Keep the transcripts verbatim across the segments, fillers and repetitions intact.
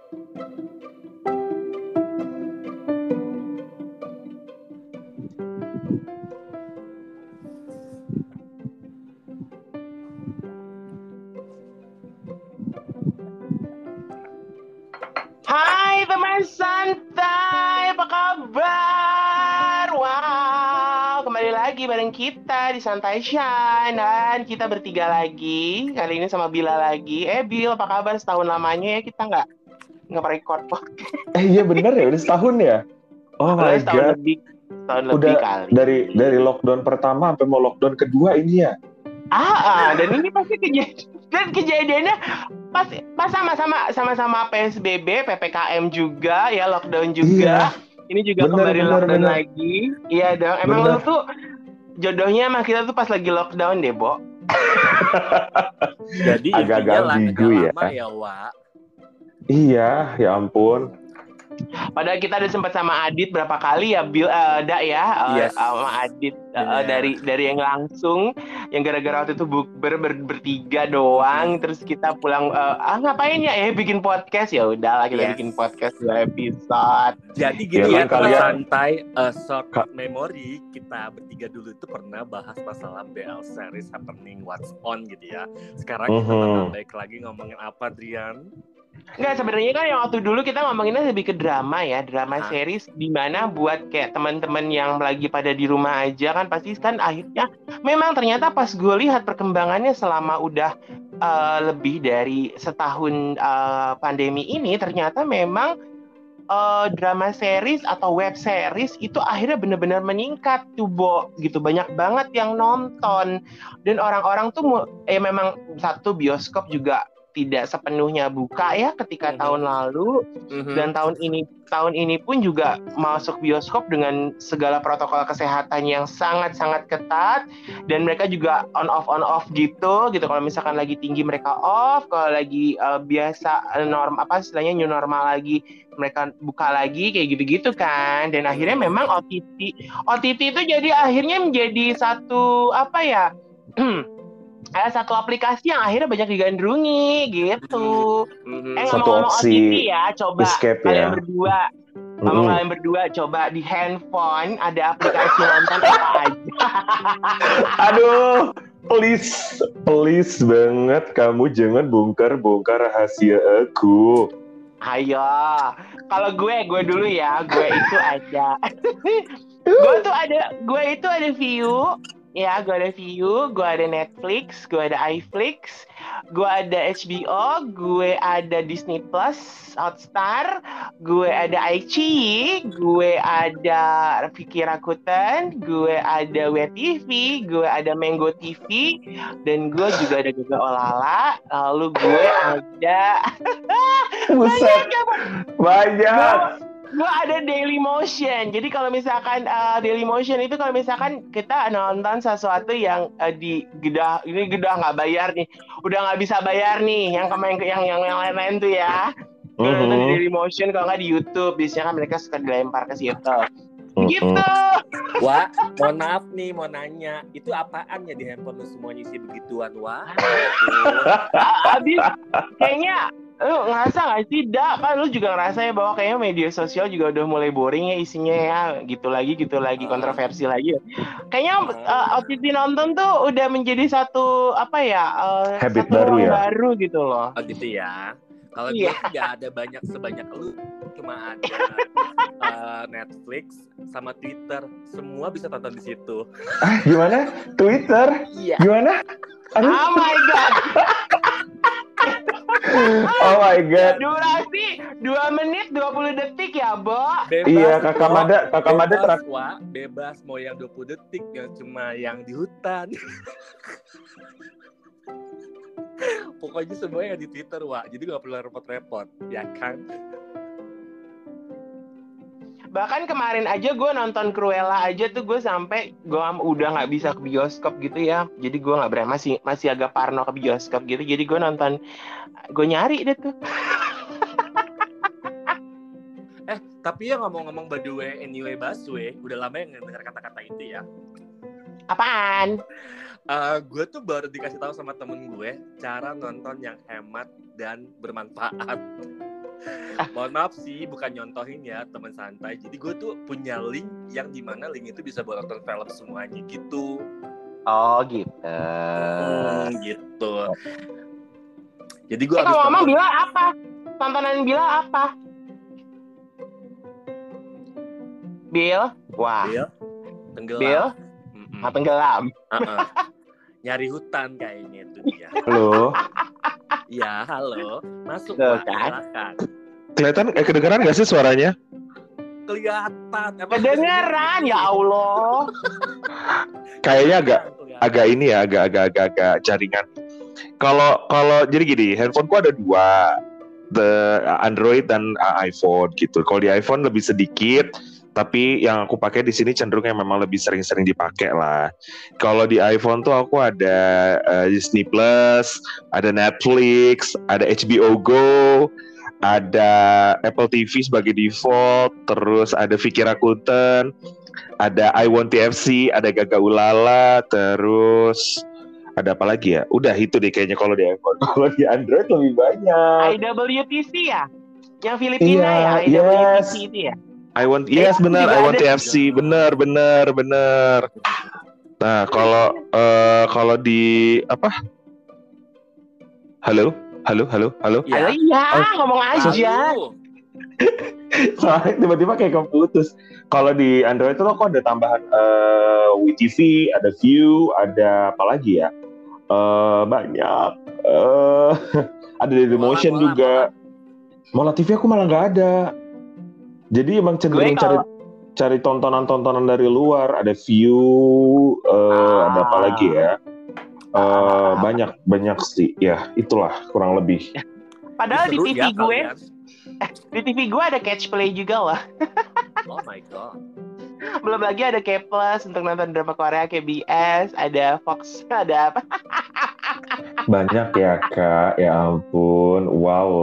Hai teman santai, apa kabar? Wow, kembali lagi bareng kita di Santai Shine. Dan kita bertiga lagi, kali ini sama Bila lagi. Eh Bil, apa kabar? Setahun lamanya ya kita nggak nggak record podcast. Eh iya bener ya, udah setahun ya? Oh Udah my setahun god. lebih, setahun lebih Udah kali. dari dari lockdown pertama sampai mau lockdown kedua ini ya? Ah, ah, dan ini pasti kejadian dan kejadiannya pas pas sama-sama sama-sama P S B B, P P K M juga ya, lockdown juga. Iya. Ini juga Bener, kembali bener, lockdown bener. lagi. Iya dong. Emang Bener. lu tuh jodohnya sama kita tuh pas lagi lockdown deh, Bo. Jadi Agak-agak intinya lah ambigu agak ya. lama ya, Wak. Iya, ya ampun. Padahal kita udah sempat sama Adit berapa kali ya, Bil, uh, Da ya, uh, Yes. sama Adit uh, Bener. dari dari yang langsung, yang gara-gara waktu itu bukber ber, bertiga doang, terus kita pulang, uh, ah ngapain ya, eh bikin podcast, ya udahlah kita Yes. bikin podcast dua episode. Jadi gini Ya ya, kan teman kalian- santai, uh, short Ka- memory, kita bertiga dulu itu pernah bahas masalah B L series happening what's on gitu ya. Sekarang kita Mhm. bakal balik lagi ngomongin apa, Drian? Nggak, sebenarnya kan yang waktu dulu kita ngomonginnya lebih ke drama ya, drama Hah? series, di mana buat kayak teman-teman yang lagi pada di rumah aja kan pasti kan akhirnya memang ternyata pas gue lihat perkembangannya selama udah uh, lebih dari setahun uh, pandemi ini, ternyata memang uh, drama series atau web series itu akhirnya benar-benar meningkat tuh, Bo, gitu, banyak banget yang nonton dan orang-orang tuh mu- eh memang satu bioskop juga tidak sepenuhnya buka ya ketika Mhm. tahun lalu, Mhm. dan tahun ini tahun ini pun juga masuk bioskop dengan segala protokol kesehatan yang sangat-sangat ketat, dan mereka juga on off on off gitu gitu kalau misalkan lagi tinggi mereka off, kalau lagi uh, biasa uh, norm apa istilahnya new normal lagi mereka buka lagi kayak gitu-gitu kan. Dan akhirnya memang O T T O T T itu jadi akhirnya menjadi satu apa ya ada satu aplikasi yang akhirnya banyak digandrungi gitu. Mhm. Eh Satu ngomong-ngomong opsi O T T ya, coba escape kalian ya. berdua, ngomong Mm-mm. kalian berdua, coba di handphone ada aplikasi nonton apa aja. Aduh, please, please banget kamu jangan bongkar-bongkar rahasia aku. Ayo, kalau gue, gue dulu ya, gue itu ada, gue tuh ada, gue itu ada View, ya, gue ada View, gue ada Netflix, gue ada iFlix, gue ada H B O, gue ada Disney Plus, Hotstar, gue ada iQIYI, gue ada Viki Rakuten, gue ada W T V, gue ada Mango T V, dan gue juga ada Gaga Olala, lalu gue ada Buset, banyak. gue ada Daily Motion. Jadi kalau misalkan uh, Daily Motion itu kalau misalkan kita nonton sesuatu yang uh, di gedah, ini gedah nggak bayar nih, udah nggak bisa bayar nih, yang kemarin yang yang yang lain-lain tuh ya. Gue Mhm. nonton di Daily Motion, kalau nggak di YouTube, biasanya kan mereka suka dilempar ke situ. Mhm. Gitu. Wak, mohon maaf nih, mau nanya, itu apaan ya di handphone lu semuanya isi begituan, Wak? A- Abis kayaknya lu ngerasa nggak sih, Da? Kan lu juga ngerasa ya bahwa kayaknya media sosial juga udah mulai boring ya isinya ya, gitu lagi gitu lagi Ah. kontroversi lagi. Kayaknya Ah. uh, O T T nonton tuh udah menjadi satu apa ya, uh, Habit satu baru ruang ya? baru gitu loh. Oh gitu ya. Kalau Iya. gue sih nggak ada banyak sebanyak lu, cuma ada uh, Netflix sama Twitter, semua bisa tonton di situ. Ah, gimana? Twitter? Iya. Gimana? Aduh. Oh my god. Oh my god. Durasi dua menit dua puluh detik ya, Bo. Bebas, Iya, Kakak Wak. Mada, Kakak Mada Bebas, terak. Wak. Bebas mau yang dua puluh detik, yang cuma yang di hutan. Pokoknya semuanya di Twitter, Wak. Jadi gak perlu repot-repot, ya kan? Bahkan kemarin aja gue nonton Cruella aja tuh gue sampai gue udah nggak bisa ke bioskop gitu ya. Jadi gue nggak berani, masih masih agak parno ke bioskop gitu. Jadi gue nonton, gue nyari deh tuh. Eh, tapi ya ngomong-ngomong by the way, anyway Baswe, udah lama yang dengar kata-kata itu ya. Apaan? Uh, gue tuh baru dikasih tahu sama temen gue cara nonton yang hemat dan bermanfaat. Mohon maaf sih, bukan nyontohin ya teman santai. Jadi gue tuh punya link yang dimana link itu bisa buat nonton film semuanya gitu. Oh gitu. Hmm, gitu. Jadi gue Eh habis kalau ngomong nonton. Bila apa? Tontonan Bila apa? Bill? Wah. Bill, tenggelam. Bill? Mm-mm. Ah, tenggelam. Uh-uh. Nyari hutan kayaknya itu dia. Halo. Ya, halo. Masuk, Tuh, Pak. kan? Silakan. Kelihatan, eh kedengeran gak sih suaranya? Kelihatan. Kedengeran, ya Allah. Kayaknya agak Kelihatan. agak ini ya, agak agak agak, agak jaringan. Kalau kalau jadi gini, handphoneku ada dua, the Android dan uh, iPhone gitu. Kalau di iPhone lebih sedikit, tapi yang aku pakai di sini cenderung yang memang lebih sering-sering dipakai lah. Kalau di iPhone tuh aku ada uh, Disney Plus, ada Netflix, ada H B O Go, ada Apple T V sebagai default, terus ada Vicky Rakuten, ada I Want T F C, ada Gaga Ulala, terus ada apa lagi ya? Udah itu deh kayaknya kalau di iPhone. Kalau di Android lebih banyak. I W T C ya? Yang Filipina Iya, ya? I W T C yes. itu ya? I want, Eh, yes benar, juga I Want ada. T F C, benar, benar, benar. Nah kalau uh, kalau di apa? Halo, halo, halo, halo. Halo, Ya. iya, Oh. ngomong aja. Lalu. Soalnya tiba-tiba kayak keputus. Kalau di Android itu aku ada tambahan uh, W T V, ada View, ada apa lagi ya? Uh, banyak. Uh, ada Dailymotion Mola, juga. Mola T V aku malah nggak ada. Jadi emang cenderung Gue kalau- cari cari tontonan-tontonan dari luar. Ada View, uh, Ah. ada apa lagi ya? Uh, Ah. banyak banyak sih. Ya itulah kurang lebih. Padahal di Seru T V ya, gue, kalian. di T V gue ada Catch Play juga loh. Oh my god. Belum lagi ada K Plus untuk nonton drama Korea, K B S, ada Fox, ada apa? Banyak ya kak. Ya ampun. Wow.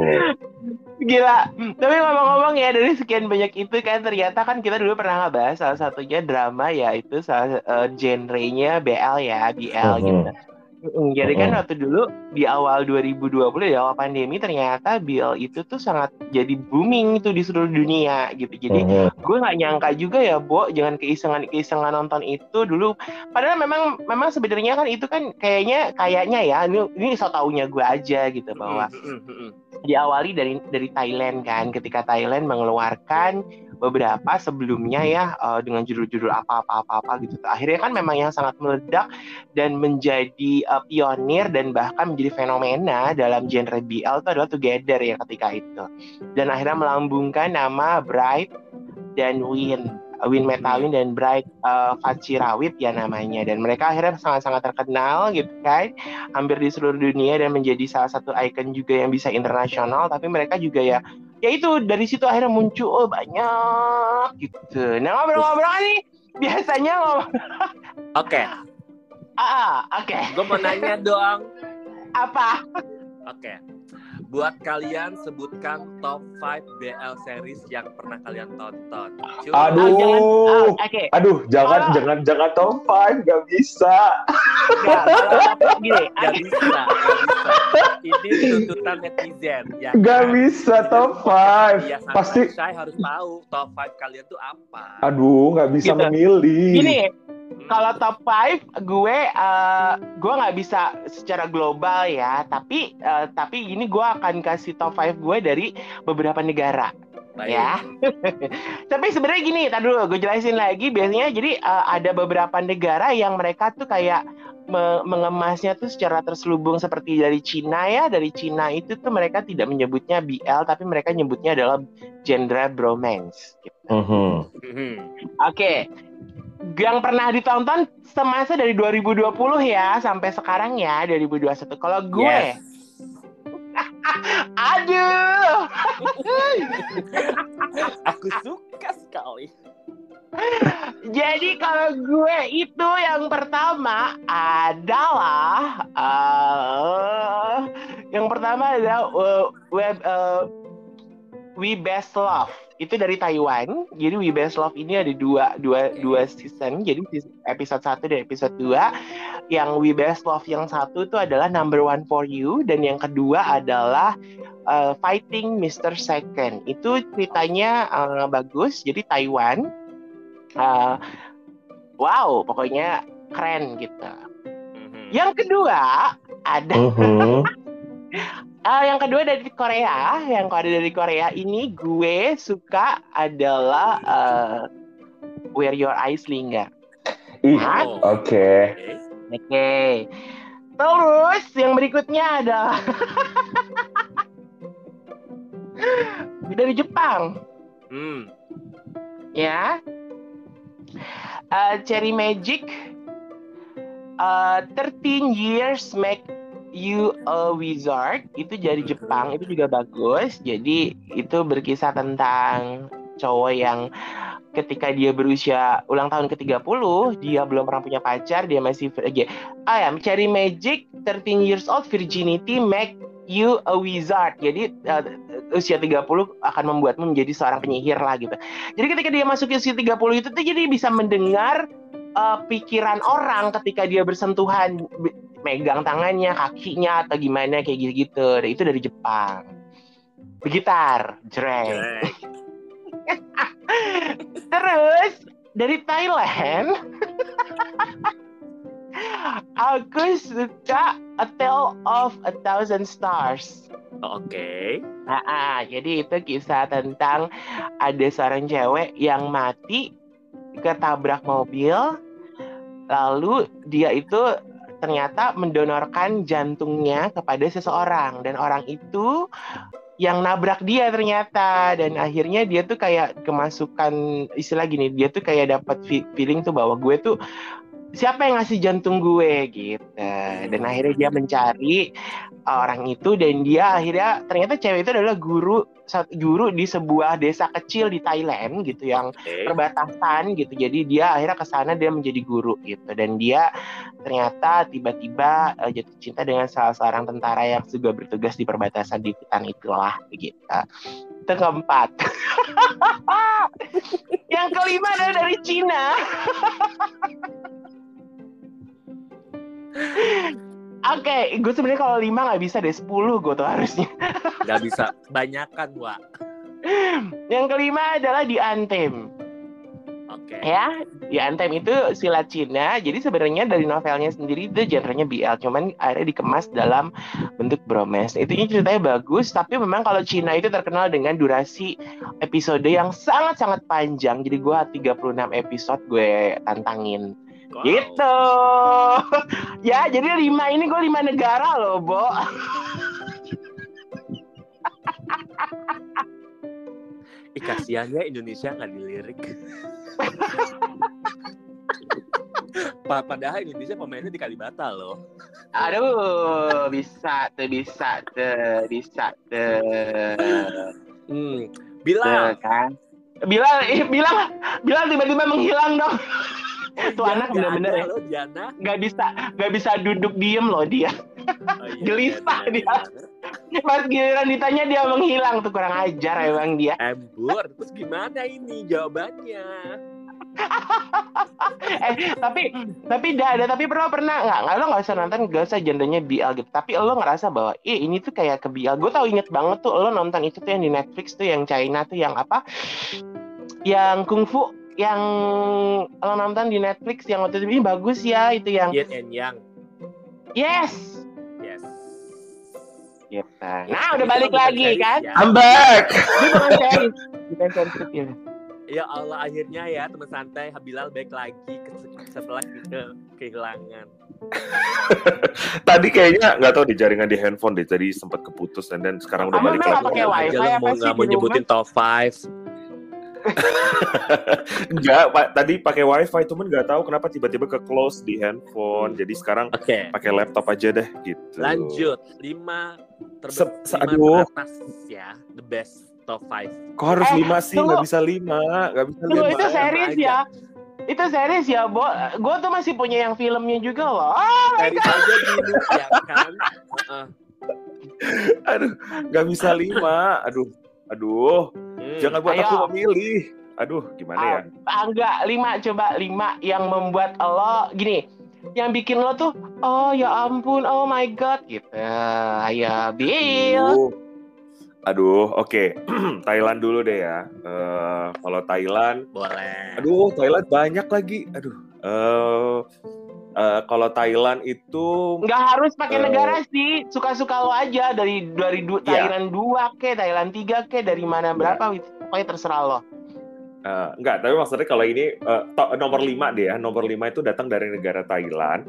Gila. Tapi ngomong-ngomong ya, dari sekian banyak itu kan ternyata kan kita dulu pernah ngebahas salah satunya drama, yaitu salah uh, genre-nya B L ya, B L Mhm. gitu. Mm, Jadi kan Mhm. waktu dulu di awal dua ribu dua puluh, di awal pandemi, ternyata B L itu tuh sangat jadi booming itu di seluruh dunia gitu. Jadi Mhm. gue nggak nyangka juga ya, Bo, jangan keisengan keisengan nonton itu dulu. Padahal memang memang sebenarnya kan itu kan kayaknya kayaknya ya, ini ini so taunya gue aja gitu, bahwa diawali dari dari Thailand kan, ketika Thailand mengeluarkan beberapa sebelumnya ya uh, dengan judul-judul apa-apa-apa gitu. Akhirnya kan memang yang sangat meledak dan menjadi uh, pionir dan bahkan menjadi fenomena dalam genre B L itu adalah Together ya ketika itu. Dan akhirnya melambungkan nama Bright dan Win. Win Metawin dan Bright uh, Fatsirawit ya namanya, dan mereka akhirnya sangat-sangat terkenal gitu kan, hampir di seluruh dunia dan menjadi salah satu ikon juga yang bisa internasional. Tapi mereka juga ya ya itu dari situ akhirnya muncul oh, banyak gitu. Nah ngobrol-ngobrol nih biasanya ngomong Oke, ah oke okay. gue mau nanya dong. Apa? Oke, buat kalian sebutkan top lima B L series yang pernah kalian tonton. Cuma. Aduh, Oh, jangan, oh, oke okay. aduh, jangan, Oh. jangan, jangan top lima, gak bisa. Gak, kalau top gini, Gak okay. bisa, gak bisa. Ini tuntutan netizen, ya Gak kan? bisa Netizen top podcast lima. ya, Pasti. Saya harus tahu top lima kalian tuh apa. Aduh, gak bisa Gitu. memilih. Gini, kalau top lima gue uh, gue nggak bisa secara global ya, tapi uh, tapi ini gue akan kasih top lima gue dari beberapa negara. Baik. Ya. Tapi sebenarnya gini, tar dulu gue jelasin lagi. Biasanya jadi uh, ada beberapa negara yang mereka tuh kayak me- mengemasnya tuh secara terselubung, seperti dari Cina ya. Dari Cina itu tuh mereka tidak menyebutnya B L, tapi mereka nyebutnya adalah genre bromance gitu. Mhm. Mhm. Oke. Yang pernah ditonton semasa dari dua ribu dua puluh ya sampai sekarang ya dua ribu dua puluh satu. Kalau gue Yes. aduh. Aku suka sekali. Jadi kalau gue itu yang pertama adalah uh, yang pertama adalah uh, web uh, We Best Love. Itu dari Taiwan. Jadi We Best Love ini ada dua dua dua season. Jadi episode satu dan episode dua. Yang We Best Love yang satu itu adalah Number One for You, dan yang kedua adalah uh, Fighting mister Second. Itu ceritanya uh, bagus. Jadi Taiwan. Uh, wow, pokoknya keren gitu. Mhm. Yang kedua ada. Mhm. Uh, yang kedua dari Korea, yang ada dari Korea ini gue suka adalah uh, Where Your Eyes Linger. Ih, Hah? oke. Oke. Oke. Terus yang berikutnya adalah dari Jepang, Hmm. ya. Uh, Cherry Magic, uh, thirteen years make you a wizard, itu dari Jepang, itu juga bagus. Jadi itu berkisah tentang cowok yang ketika dia berusia ulang tahun ke tiga puluh, dia belum pernah punya pacar, dia masih virgin. Ah ya, Cherry Magic, thirteen years old, virginity make you a wizard. Jadi uh, usia tiga puluh akan membuatmu menjadi seorang penyihir lah gitu. Jadi ketika dia masuk usia tiga puluh itu tuh jadi bisa mendengar uh, pikiran orang ketika dia bersentuhan, megang tangannya, kakinya atau gimana kayak gitu-gitu. Itu dari Jepang. Bergitar, jreng. Jelek. Terus dari Thailand, aku suka A Tale of a Thousand Stars. Oke. Nah, ah, jadi itu kisah tentang ada seorang cewek yang mati ketabrak mobil, lalu dia itu ternyata mendonorkan jantungnya kepada seseorang, dan orang itu yang nabrak dia ternyata, dan akhirnya dia tuh kayak kemasukan istilah gini, dia tuh kayak dapat feeling tuh bahwa gue tuh siapa yang ngasih jantung gue gitu, dan akhirnya dia mencari orang itu, dan dia akhirnya ternyata cewek itu adalah guru guru di sebuah desa kecil di Thailand gitu yang Okay. perbatasan gitu. Jadi dia akhirnya ke sana, dia menjadi guru gitu, dan dia ternyata tiba-tiba uh, jatuh cinta dengan salah seorang tentara yang juga bertugas di perbatasan di hutan itulah begitu. Itu keempat. Yang kelima adalah dari Cina. Oke, okay, gue sebenarnya kalau lima nggak bisa deh, sepuluh gue tuh harusnya. Nggak bisa, banyakan, Wak. Yang kelima adalah The Anthem. Oke. Okay. Ya, The Anthem itu silat Cina. Jadi sebenarnya dari novelnya sendiri itu genrenya B L, cuman akhirnya dikemas dalam bentuk bromance. Itu ceritanya bagus, tapi memang kalau Cina itu terkenal dengan durasi episode yang sangat-sangat panjang. Jadi gue tiga puluh enam episode gue tantangin. Wow. Gitu. Ya, jadi lima ini gue lima negara loh, Bo. Ih, kasihannya Indonesia nggak dilirik. Padahal Indonesia pemainnya di Kalibata loh. Aduh, bisa tuh, bisa tuh, bisa tuh. Hmm, Bilal kan? Bilal, bilang, Bilal tiba-tiba menghilang dong. Oh, tuh iya, anak bener-bener ya. loh, Diana. Gak bisa, gak bisa duduk diem loh dia. Oh, iya, gelisah iya, dia. Pas giliran ditanya dia menghilang, tuh kurang ajar emang dia. Embur, terus gimana ini jawabannya? eh tapi tapi dah ada tapi pernah pernah nggak nggak lo nggak usah nonton, gak usah gendernya B L gitu, tapi lo ngerasa bahwa eh ini tuh kayak ke B L. Gue tau, inget banget tuh lo nonton itu tuh yang di Netflix tuh yang China tuh yang apa, yang kungfu yang lo nonton di Netflix yang waktu itu, ini bagus ya itu yang Yin and Yang. Yes. Yes. Gitu. Nah, udah balik lagi series, kan? Ya. I'm back. Ini bukan series, bukan series ya. Ya Allah, akhirnya ya teman santai Bilal baik lagi setelah kita kehilangan. Tadi kayaknya nggak tahu di jaringan di handphone deh, tadi sempat keputus dan dan sekarang udah Kamu balik memang lagi. nggak pakai wifi Jangan apa mau sih nggak di mau nyebutin rumah? top five. Enggak, Pak. Tadi pakai wifi cuman nggak tahu kenapa tiba-tiba ke close di handphone. Jadi sekarang Oke. Okay. pakai laptop aja deh gitu. Lanjut lima Se- terbaik, aduh. teratas ya, the best top five. Kok harus Eh, lima sih? tunggu. Nggak bisa lima, nggak bisa Tunggu, lima. itu series aja. ya. Itu series ya, Bo. Gue tuh masih punya yang filmnya juga loh. Oh my Dari God. aja dulu ya kan. Uh-uh. Aduh, nggak bisa lima. Aduh, aduh. Hmm. Jangan buat Ayo. aku memilih. Aduh, gimana ya? Ah, enggak, lima, coba lima yang membuat lo gini, yang bikin lo tuh, oh ya ampun, oh my God, gitu. Ayo, Bill. Aduh. Aduh, oke. Thailand dulu deh ya. Uh, kalau Thailand, Boleh. aduh, Thailand banyak lagi. Aduh. Uh, uh, kalau Thailand itu nggak harus pakai uh, negara sih, suka-suka lo aja dari dari du- Iya. Thailand dua ke Thailand tiga ke dari mana berapa, pokoknya terserah lo. Uh, enggak, tapi maksudnya kalau ini uh, to- nomor lima deh ya. Nomor lima itu datang dari negara Thailand.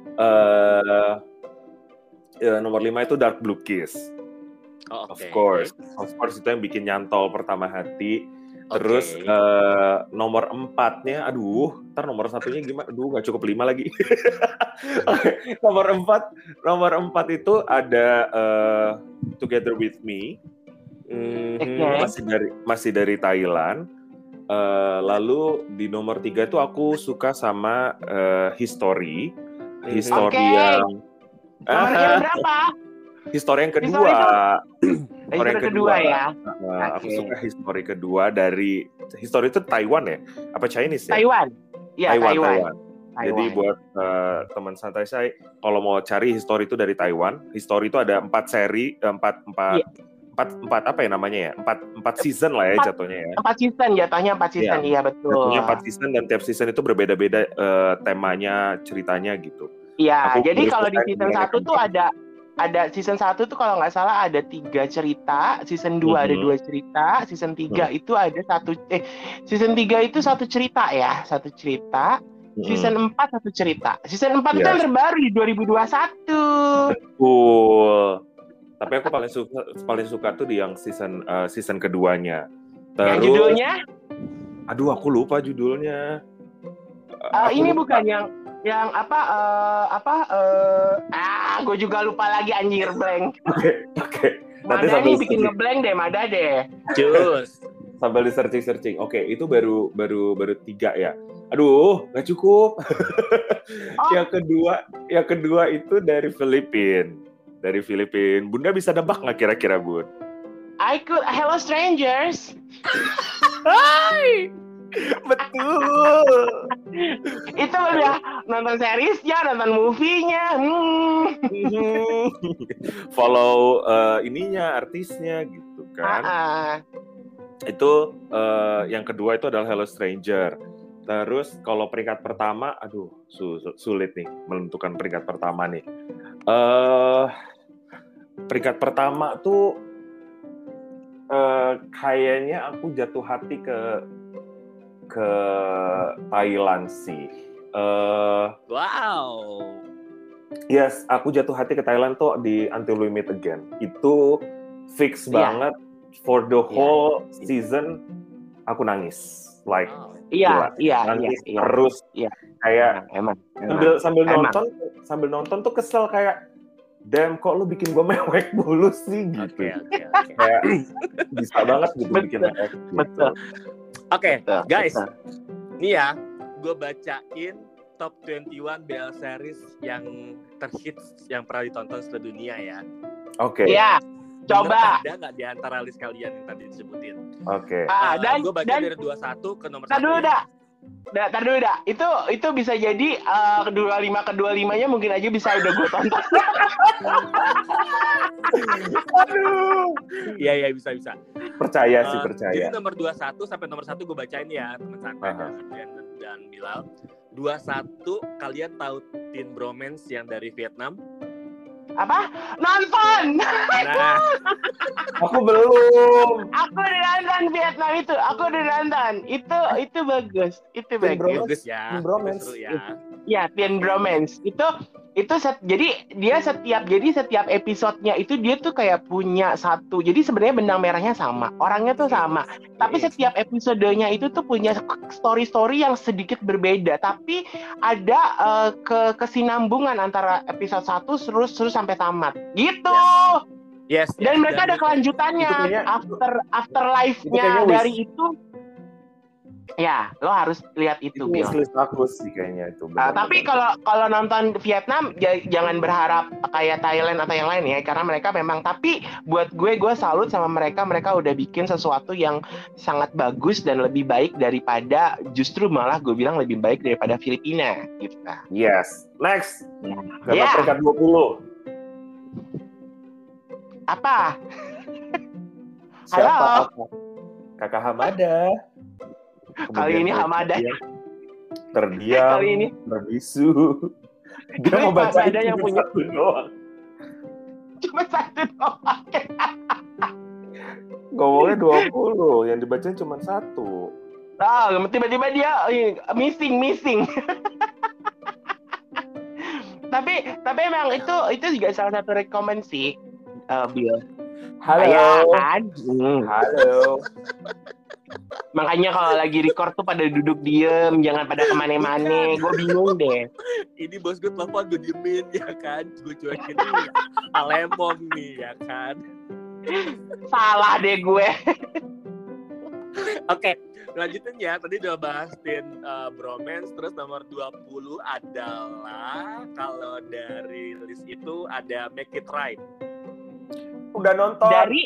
Uh, uh, nomor lima itu Dark Blue Kiss. Oh, Of okay. course, of course itu yang bikin nyantol pertama hati. Terus Okay. uh, nomor empatnya, aduh, ntar nomor satunya gimana? Aduh, nggak cukup lima lagi. Okay. Nomor empat, nomor empat itu ada uh, Together with Me, mm-hmm, Okay. masih dari masih dari Thailand. Uh, lalu di nomor tiga itu aku suka sama uh, History, History okay. yang nomor uh, yang berapa? History yang kedua. History yang kedua ya. Uh, aku okay. suka History kedua dari History itu Taiwan ya? Apa Chinese ya? Taiwan. Iya, Taiwan, Taiwan. Taiwan. Taiwan. Jadi buat uh, teman santai saya, kalau mau cari History itu dari Taiwan, History itu ada empat seri, empat empat yeah. empat empat apa ya namanya ya? Empat empat season lah ya empat, jatuhnya ya. Empat season jatuhnya empat season, iya yeah. betul. Jatuhnya empat season dan tiap season itu berbeda-beda uh, temanya, ceritanya gitu. Iya, jadi kalau di season satu tuh ada ada season satu tuh kalau nggak salah ada tiga cerita, season dua mm-hmm. ada dua cerita, season tiga mm-hmm. itu ada satu eh season tiga itu satu cerita ya, satu cerita. Mm-hmm. Season empat satu cerita. Season empat yes. itu yang terbaru di dua ribu dua puluh satu. Betul. Tapi aku paling suka paling suka tuh di yang season uh, season keduanya. Terus yang judulnya? Aduh, aku lupa judulnya. Uh, ini lupa. Bukan yang yang apa uh, apa uh, ah gue juga lupa lagi anjir blank. Oke oke. Mada nih bikin ngeblank deh, Mada deh. Cus. Sambil di searching searching. Oke, itu baru baru baru tiga ya. Aduh, nggak cukup. Oh. Yang kedua, yang kedua itu dari Filipina. Dari Filipina. Bunda bisa nebak nggak kira-kira, Bun? I could Hello Strangers. Hai. Betul. Itu udah nonton seriesnya, nonton movie-nya. Hmm. Follow uh, ininya, artisnya gitu kan. Uh-uh. Itu uh, yang kedua itu adalah Hello Stranger. Terus kalau peringkat pertama, aduh sulit nih menentukan peringkat pertama nih. Uh, peringkat pertama tuh uh, kayaknya aku jatuh hati ke ke Thailand sih. Uh, wow. Yes, aku jatuh hati ke Thailand tuh di Until We Meet Again. Itu fix yeah. banget for the whole yeah. season. Aku nangis, like iya, iya, nangis iya, terus. Iya. Kayak emang, sambil emang, sambil emang. nonton, sambil nonton tuh kesel kayak, damn kok lu bikin gue mewek mulu sih gitu. Okay, okay, okay. Kayak bisa banget gitu betul, bikin mewek. Gitu. Betul. Oke, okay, guys, betul. Nih ya, gue bacain top dua puluh satu B L series yang terhits yang pernah ditonton seluruh dunia ya. Oke. Okay. Iya, coba. Ada nggak di antara list kalian yang tadi disebutin? Oke. Okay. Ah, dan uh, gue baca dan, dari dua puluh satu ke nomor satu. satu. Dah, dah, tar dulu dah. Itu itu bisa jadi uh, kedua lima kedua limanya mungkin aja bisa udah gue tonton. Aduh. Iya iya bisa bisa. Percaya sih uh, percaya. Jadi nomor dua puluh satu sampai nomor satu gue bacain ya teman santai uh-huh. dan, dan Bilal. dua puluh satu kalian tahu Teen Bromance yang dari Vietnam? Apa? Nonton. Nah. Aku belum. Aku udah nonton Vietnam itu. Aku udah nonton. Itu itu bagus. Itu Teen bagus. Bagus ya. Teen Bromance ya. Ya, Teen Bromance. Itu itu set, jadi dia setiap jadi setiap episodenya itu dia tuh kayak punya satu. Jadi sebenarnya benang merahnya sama. Orangnya tuh sama. Tapi setiap episodenya itu tuh punya story-story yang sedikit berbeda, tapi ada uh, ke kesinambungan antara episode satu terus terus sampai tamat. Gitu. Yes. yes Dan yes, mereka ada kelanjutannya kayaknya, after afterlife-nya dari itu. Ya, lo harus lihat itu. Itu list aku sih kayaknya itu. Uh, tapi kalau kalau nonton Vietnam j- jangan berharap kayak Thailand atau yang lain ya, karena mereka memang. Tapi buat gue, gue salut sama mereka. Mereka udah bikin sesuatu yang sangat bagus dan lebih baik daripada, justru malah gue bilang lebih baik daripada Filipina. Gitu. Yes. Next. Dapat yeah. peringkat dua puluh. Apa? Siapa? Halo. Kakak Hamada. Kali ini Hamada. Terdiam, Kali ini terbisu. Dia Gue mau baca Hamada yang punya satu doang. cuma satu doang. Ngomongnya dua puluh, yang dibacain cuma satu. Ah, tiba-tiba dia eh, missing missing. tapi tapi emang itu itu juga salah satu rekomend sih, uh, Bill. Halo. Ya kan? Hmm. Halo. Makanya kalau lagi record tuh pada duduk diem, jangan pada kemana-mana. Gue bingung deh. Ini bos gue telepon gue diemin ya kan, gue cuekin nih, alemong nih ya kan. Salah deh gue. Oke, lanjutin ya. Tadi udah bahasin uh, bromance, terus nomor dua puluh adalah kalau dari list itu ada Make It Right. Udah nonton. Dari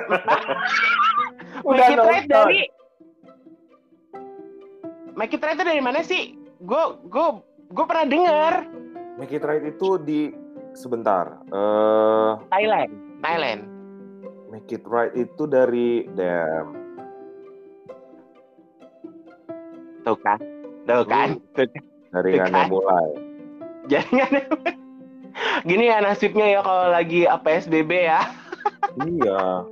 Udah Make It Right nonton. dari Make It Right itu dari mana sih? Gue gue gue pernah dengar. Make It Right itu di sebentar. Eh, Thailand, Thailand. Make It Right itu dari Damn. Tuh kan, tuh kan, tuh kan. Dari Tuh Ngana kan. mulai. Jangan. Gini ya nasibnya ya kalau lagi P S B B ya. Iya.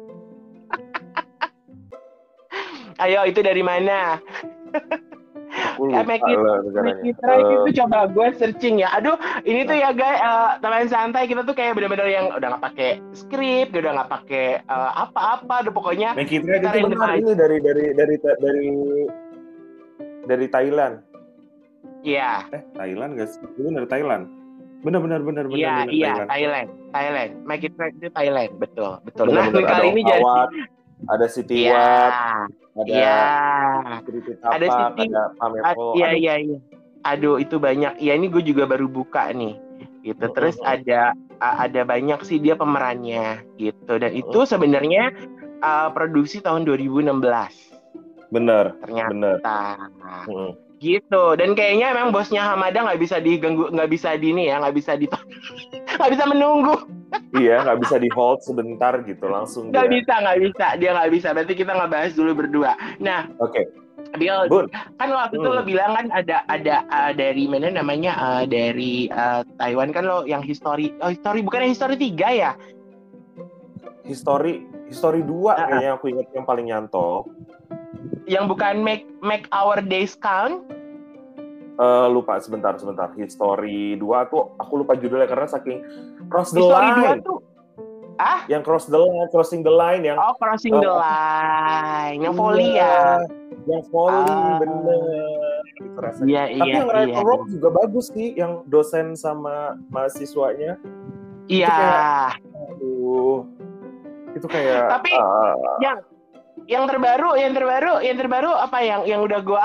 Ayo itu dari mana? Aku Ya, lupa Make It, lah negaranya. Make It Right Eh, itu coba gue searching ya. Aduh, ini tuh ya guys, uh, teman santai kita tuh kayak benar-benar yang udah nggak pakai skrip, udah nggak pakai uh, apa-apa, udah pokoknya. Make It Right Ntar itu yang benar depan. ini dari dari dari dari dari Thailand. Iya, Eh, Thailand guys. Itu dari Thailand. Benar benar benar benar iya, benar, iya, Thailand. Thailand, Thailand. Make It Right itu Thailand, betul, betul. Benar, Nah, benar. kali Ada ini jadi, Awat, ada Siti iya, Wat, ada iya, Siti ada Tapak, Siti, ada ad- Pameko. iya, Aduh, iya, iya. Aduh, itu banyak. Iya, ini gue juga baru buka nih, gitu. Terus Mm-mm. ada a- ada banyak sih dia pemerannya, gitu. Dan itu sebenarnya uh, produksi tahun dua ribu enam belas, benar, ternyata. benar. Mm-mm. Gitu. Dan kayaknya emang bosnya Hamada nggak bisa diganggu, nggak bisa di ini ya, nggak bisa di, nggak bisa menunggu. Iya, nggak bisa di hold sebentar gitu, langsung Nggak dia. bisa, nggak bisa. Dia nggak bisa. Berarti kita nggak bahas dulu berdua. Nah, Oke, Bill, Bun. kan waktu itu Hmm. lo bilang kan ada ada uh, dari mana namanya uh, dari uh, Taiwan kan lo yang history, oh history bukan history tiga ya? History, history dua Uh-uh. kayaknya aku ingat yang paling nyantol. Yang bukan make make our days count? Eh, lupa sebentar sebentar. History dua tuh aku lupa judulnya karena saking cross the History dua line. tuh, ah? Yang cross the line, crossing the line yang Oh crossing the Oh. line, yang Iya, volley ya? yang volley Ah. bener gitu rasanya. Iya Tapi iya yang Right iya. or Wrong juga bagus sih, yang dosen sama mahasiswanya. Iya. Aduh, itu kayak. Tapi ah, yang yang terbaru, yang terbaru, yang terbaru apa yang yang udah gua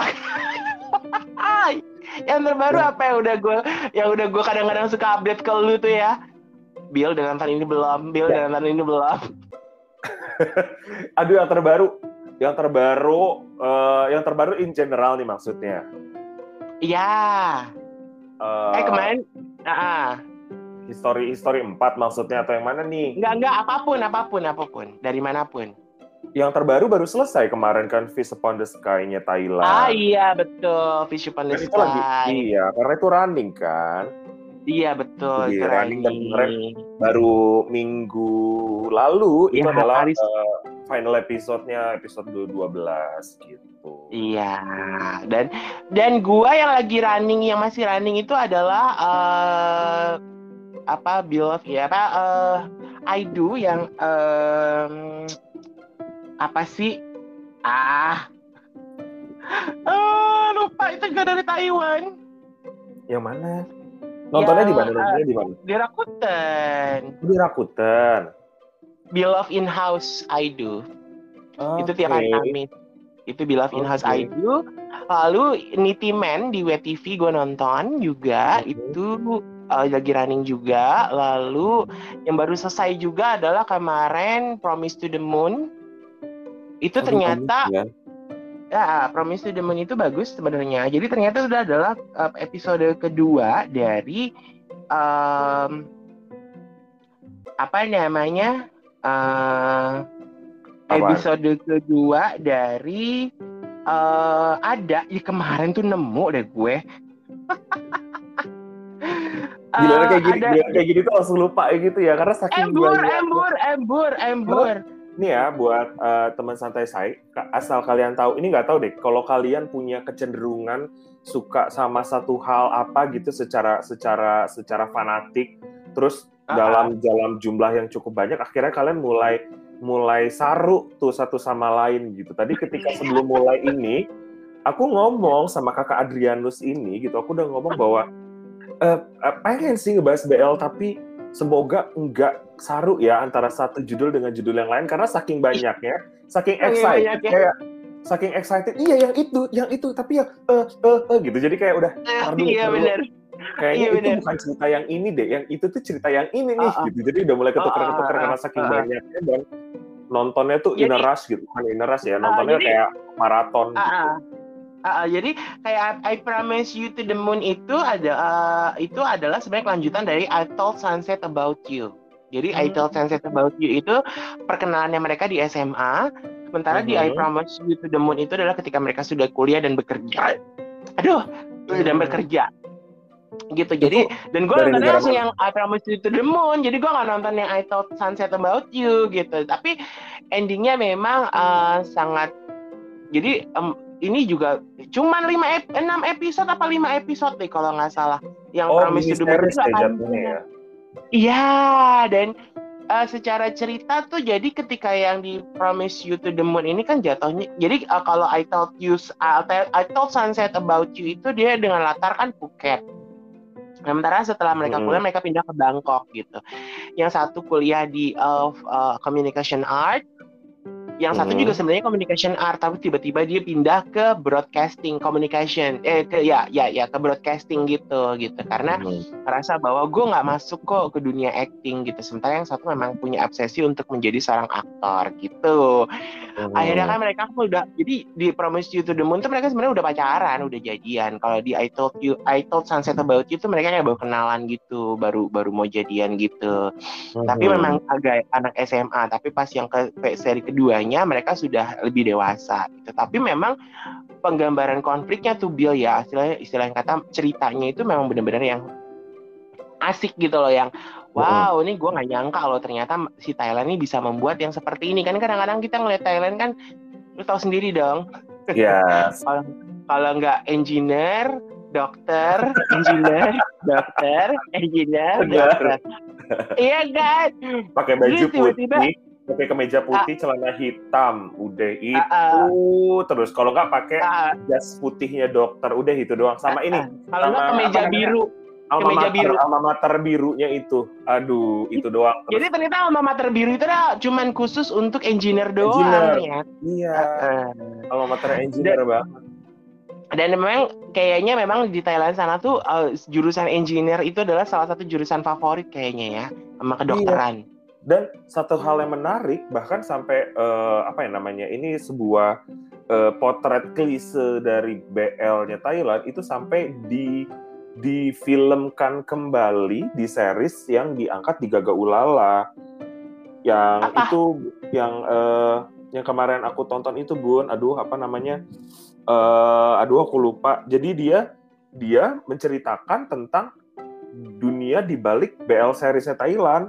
yang terbaru Ya. apa yang udah gua yang udah gua kadang-kadang suka update ke lu tuh ya. Bill dengan nonton ini belum, Bill Ya. dengan nonton ini belum. aduh yang terbaru, yang terbaru, eh, yang terbaru in general nih maksudnya. Iya. Eh, Eh kemarin, ah, history history empat maksudnya atau yang mana nih? enggak enggak apapun apapun apapun dari manapun. Yang terbaru baru selesai kemarin kan Fish Upon the Sky-nya Thailand. Ah iya betul, Fish Upon the Dan itu lagi, Sky. iya, karena itu running kan. Iya betul, Jadi itu running dan running. kemarin baru minggu lalu itu Iya, adalah hari- eh, final episode-nya episode dua belas gitu. Iya, dan dan gua yang lagi running, yang masih running itu adalah eh apa Bill of ya apa eh I do yang em, apa sih ah ah lupa itu juga dari Taiwan. Yang mana? Nontonnya Yang, di mana? Nontonnya di mana? Di Rakuten. Di Rakuten. Beloved in House I do. Itu tiap hari Oke. Kamis. Itu Beloved in House Oke. I do. Lalu Nitty Man di W T V gue nonton juga. Oke. Itu uh, lagi running juga. Lalu yang baru selesai juga adalah kemarin Promise to the Moon. Itu Aduh, ternyata bagus ya. ya Promise to the Moon itu bagus sebenarnya. Jadi ternyata sudah adalah uh, episode kedua dari um, apa namanya? Uh, Apaan? episode kedua dari uh, ada ya kemarin tuh nemu deh gue. Giliran Uh, kayak gini, ada giliran kayak gini tuh langsung lupa ya gitu ya, karena saking embur, banyak. embur, embur, embur. Ini ya buat uh, teman santai saya, asal kalian tahu, ini nggak tahu deh, kalau kalian punya kecenderungan suka sama satu hal apa gitu secara secara secara fanatik, terus Uh-uh. dalam dalam jumlah yang cukup banyak, akhirnya kalian mulai mulai saru tuh satu sama lain gitu. Tadi ketika sebelum mulai ini, aku ngomong sama kakak Adrianus ini gitu, aku udah ngomong bahwa uh, uh, pengen sih ngebahas B L, tapi semoga enggak saru ya antara satu judul dengan judul yang lain, karena saking banyaknya, saking excited, banyaknya. kayak saking excited, iya yang itu, yang itu, tapi yang eh eh eh gitu, jadi kayak udah, uh, iya benar. Kayaknya iya, itu bener. bukan cerita yang ini deh, yang itu tuh cerita yang ini nih, uh-uh. gitu. Jadi udah mulai ketukar-ketukar uh-uh. karena saking uh-uh. banyaknya, dan nontonnya tuh jadi, in a rush gitu, bukan in a rush ya, nontonnya uh, jadi, kayak maraton. Uh-uh. Gitu. Uh, jadi kayak I Promise You to the Moon itu ada uh, itu adalah sebenarnya kelanjutan dari I Told Sunset About You. Jadi hmm. I Told Sunset About You itu perkenalannya mereka di S M A, sementara hmm. di I Promise You to the Moon itu adalah ketika mereka sudah kuliah dan bekerja. Aduh, hmm. dan bekerja. Gitu. Jadi itu dan gue nontonnya langsung yang I Promise You to the Moon. Jadi gue nggak nonton yang I Told Sunset About You gitu. Tapi endingnya memang uh, sangat. Jadi um, ini juga cuman lima ep- enam episode apa lima episode deh kalau nggak salah. Yang oh, Promise You to the Moon itu akan ya. Iya, dan uh, secara cerita tuh jadi ketika yang di Promise You to the Moon ini kan jatuhnya, jadi uh, kalau I Told You, uh, I Told Sunset About You itu dia dengan latar kan Phuket. Sementara setelah mereka kuliah, hmm. mereka pindah ke Bangkok gitu. Yang satu kuliah di uh, uh, Communication Art, yang satu hmm. juga sebenarnya communication art, tapi tiba-tiba dia pindah ke broadcasting communication, eh ke ya ya ya ke broadcasting gitu gitu, karena hmm. merasa bahwa gue nggak masuk kok ke dunia acting gitu. Sementara yang satu memang punya obsesi untuk menjadi seorang aktor gitu. Hmm. Akhirnya kan mereka udah, jadi di Promise You to the Moon tuh mereka sebenarnya udah pacaran, udah jadian. Kalau di I Told You, I Told Sunset About You tuh mereka kayak baru kenalan gitu, baru baru mau jadian gitu. Hmm. Tapi memang agak anak S M A. Tapi pas yang ke seri kedua mereka sudah lebih dewasa gitu. Tapi memang penggambaran konfliknya tuh Bill ya, istilahnya istilah yang kata ceritanya itu memang benar-benar yang asik gitu loh, yang wow, ini gue nggak nyangka loh ternyata si Thailand ini bisa membuat yang seperti ini. Kan kadang-kadang kita ngeliat Thailand kan, lu tahu sendiri dong. Yes. kalau kalau nggak engineer, dokter, engineer, dokter, engineer, dokter. Iya kan? Pakai baju putih. Pakai kemeja putih, uh, celana hitam, udah itu uh, uh, terus. Kalau nggak pakai uh, jas putihnya dokter, udah itu doang. Sama uh, ini, uh, kalau nggak kemeja biru, alma kemeja mater, biru, alma mater birunya itu, aduh itu doang. Terus. Jadi ternyata alma mater biru itu dah cuman khusus untuk engineer doang ya. Iya, uh, alma mater engineer dan, banget. Dan memang kayaknya memang di Thailand sana tuh uh, jurusan engineer itu adalah salah satu jurusan favorit kayaknya ya, sama kedokteran. Iya. Dan satu hal yang menarik, bahkan sampai uh, apa ya namanya, ini sebuah uh, potret klise dari B L-nya Thailand itu sampai di difilmkan kembali di series yang diangkat di Gaga Ulala, yang apa? Itu yang uh, yang kemarin aku tonton itu Bun, aduh apa namanya, uh, aduh aku lupa. Jadi dia dia menceritakan tentang dunia di balik B L seriesnya Thailand.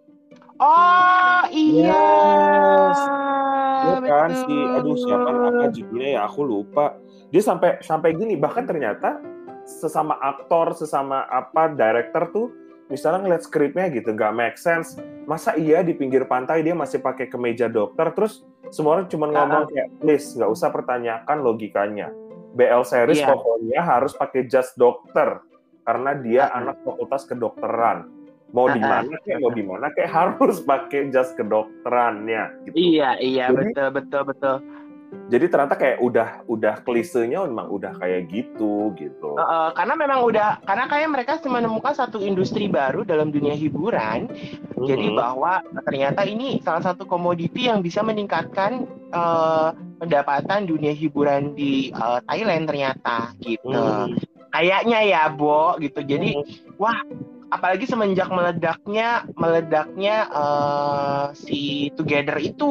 Oh iya, yes. Ya kan si, aduh siapa apa judulnya ya aku lupa. Dia sampai sampai gini, bahkan ternyata sesama aktor, sesama apa director tuh, misalnya ngeliat skripnya gitu nggak make sense. Masa iya di pinggir pantai dia masih pakai kemeja dokter, terus semua orang cuma ngomong kayak please nggak usah pertanyakan logikanya. B L series yeah. pokoknya harus pakai jas dokter karena dia uh-huh. anak fakultas kedokteran. Mau di mana kayak mau di mana kayak harus pakai jas kedokterannya gitu. Iya, iya, jadi, betul betul betul. Jadi ternyata kayak udah udah klisenya memang udah kayak gitu gitu. Uh, uh, karena memang udah karena kayak mereka menemukan satu industri baru dalam dunia hiburan. Mm-hmm. Jadi bahwa ternyata ini salah satu komoditi yang bisa meningkatkan uh, pendapatan dunia hiburan di uh, Thailand ternyata gitu. Mm. Kayaknya ya, Bo gitu. Jadi mm. wah apalagi semenjak meledaknya meledaknya uh, si Together itu.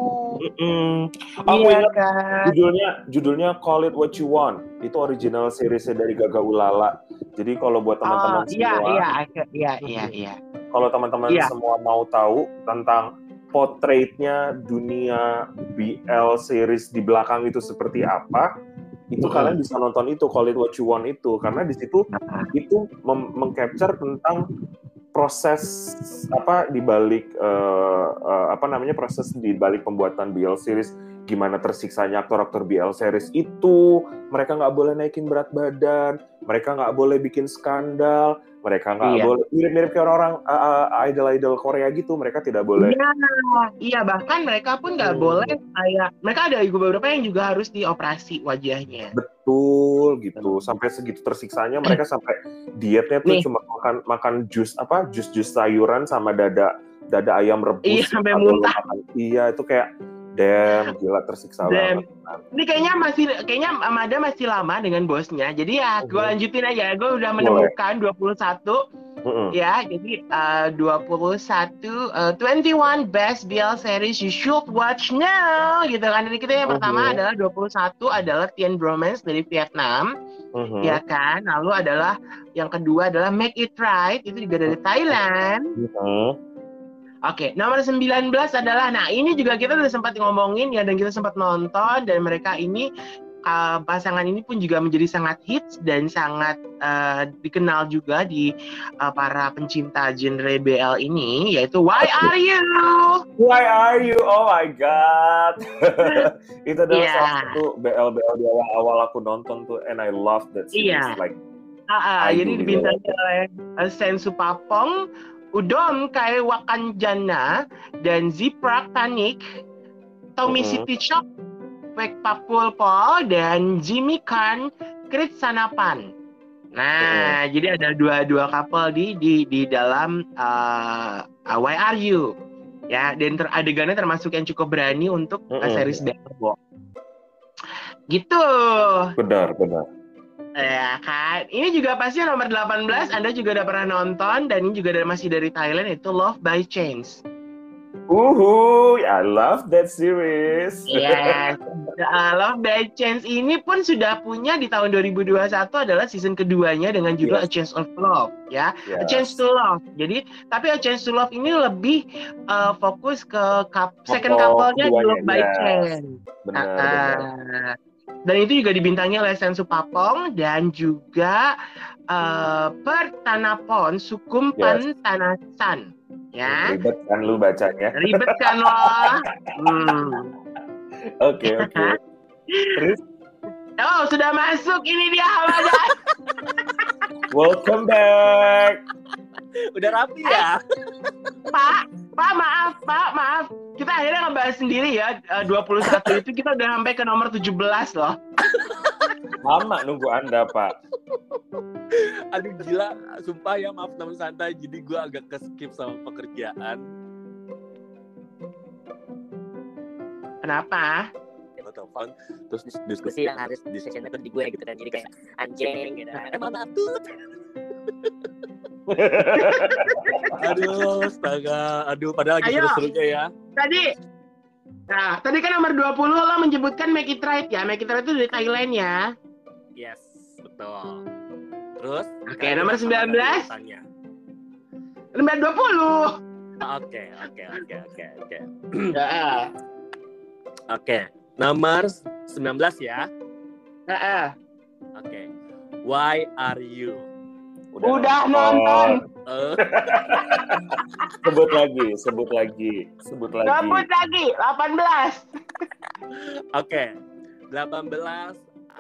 Mm-mm. Aku Iya ingat kan. judulnya judulnya Call It What You Want. Itu original seriesnya dari Gaga Ulala. Jadi kalau buat teman-teman Oh, iya, semua, iya, iya, iya, iya. kalau teman-teman Iya. semua mau tahu tentang potretnya dunia B L series di belakang itu seperti apa, itu Mm-hmm. kalian bisa nonton itu Call It What You Want itu, karena di situ itu mem- mengcapture tentang proses apa di balik uh, uh, apa namanya proses di balik pembuatan B L series, gimana tersiksanya aktor-aktor B L series itu, mereka nggak boleh naikin berat badan, mereka nggak boleh bikin skandal, mereka nggak Iya. boleh mirip-mirip kayak orang uh, uh, idol-idol Korea gitu, mereka tidak boleh. Iya, iya bahkan mereka pun nggak Hmm. boleh kayak mereka ada beberapa yang juga harus dioperasi wajahnya. Betul gitu, sampai segitu tersiksanya mereka sampai dietnya tuh Nih. cuma makan makan jus apa jus-jus sayuran sama dada dada ayam rebus. Iya, sampai atau muntah. makan. Iya itu kayak damn gila tersiksa Damn. banget. Ini kayaknya masih kayaknya Amada masih lama dengan bosnya. Jadi ya gue Mhm. lanjutin aja. Gue udah Boleh. menemukan dua puluh satu Mm-mm. ya. Jadi uh, dua puluh satu uh, dua puluh satu best B L series you should watch now gitu kan. Jadi kita yang pertama Mhm. adalah dua puluh satu adalah Teen Bromance dari Vietnam. Mhm. Ya kan, lalu adalah yang kedua adalah Make It Right, itu juga dari Thailand. Mhm. Oke, nomor sembilan belas adalah, nah ini juga kita udah sempat ngomongin ya, dan kita sempat nonton, dan mereka ini, uh, pasangan ini pun juga menjadi sangat hits dan sangat uh, dikenal juga di uh, para pencinta genre B L ini, yaitu Why Are You? Why are you? Oh my god. Itu adalah Iya. salah satu B L B L di awal-awal aku nonton tuh, and I love that series. Iya. Like, Ah, I jadi do dibintangi oleh uh, Sen Supapong, Udom Kae Wakanjana, dan Ziprak Tanik, Tommy Mhm. Sitichok, Wek Papul Paul, dan Jimmy Khan Krit Sanapan. Nah, jadi ada dua-dua couple di di di dalam uh, uh, Why Are You? Ya, dan ter- adegannya termasuk yang cukup berani untuk uh, Mhm. series Battle. Gitu. Benar, benar. Ya kan, ini juga pasti nomor delapan belas, Anda juga udah pernah nonton, dan ini juga dari, masih dari Thailand, itu Love by Chance. Uhu, I love that series. Yes, uh, Love by Chance ini pun sudah punya di tahun dua ribu dua puluh satu adalah season keduanya dengan judul Yes. A Chance of Love, ya, A Yes. Chance to Love. Jadi, tapi A Chance to Love ini lebih uh, fokus ke cup- second Couple couple-nya di keduanya, Love by yes. Chance. Benar, Uh, benar. uh, dan itu juga dibintangi oleh Sen Supapong dan juga uh, Pertanapon Sukumpan Tanasan, ya. Ribet kan lu bacanya. Ribet kan lo? Hmm. Oke, oke. Terus, Oh, sudah masuk ini dia Hamada. welcome back. Udah rapi ya? Pak, Pak maaf, Pak maaf. Kita akhirnya ngebahas sendiri ya, uh, dua puluh satu itu kita udah sampai ke nomor tujuh belas loh. Lama nunggu Anda, Pak. Aduh gila, sumpah ya maaf teman santai. Jadi gue agak ke-skip sama pekerjaan. Kenapa? Lo telepon, terus dis- diskusi yang harus di sessionnya tuh di gue gitu kan. Jadi kayak anjing gitu. Eh maaf tuh. Aduh, astaga. Aduh, padahal lagi Ayo. seru-serunya ya. Tadi, nah, tadi kan nomor dua puluh lo menyebutkan Make It Right ya. Make It Right itu dari Thailand ya. Yes, betul. Terus? Oke, nomor sembilan belas. Tanya. Nomor dua puluh. Oke, oke, oke, oke, oke. Ya. Oke, nomor sembilan belas ya. Heeh. Oke. Why are you? Udah nonton. Eh, Sebut lagi, sebut lagi, sebut lagi. Gabut lagi, delapan belas. Oke. delapan belas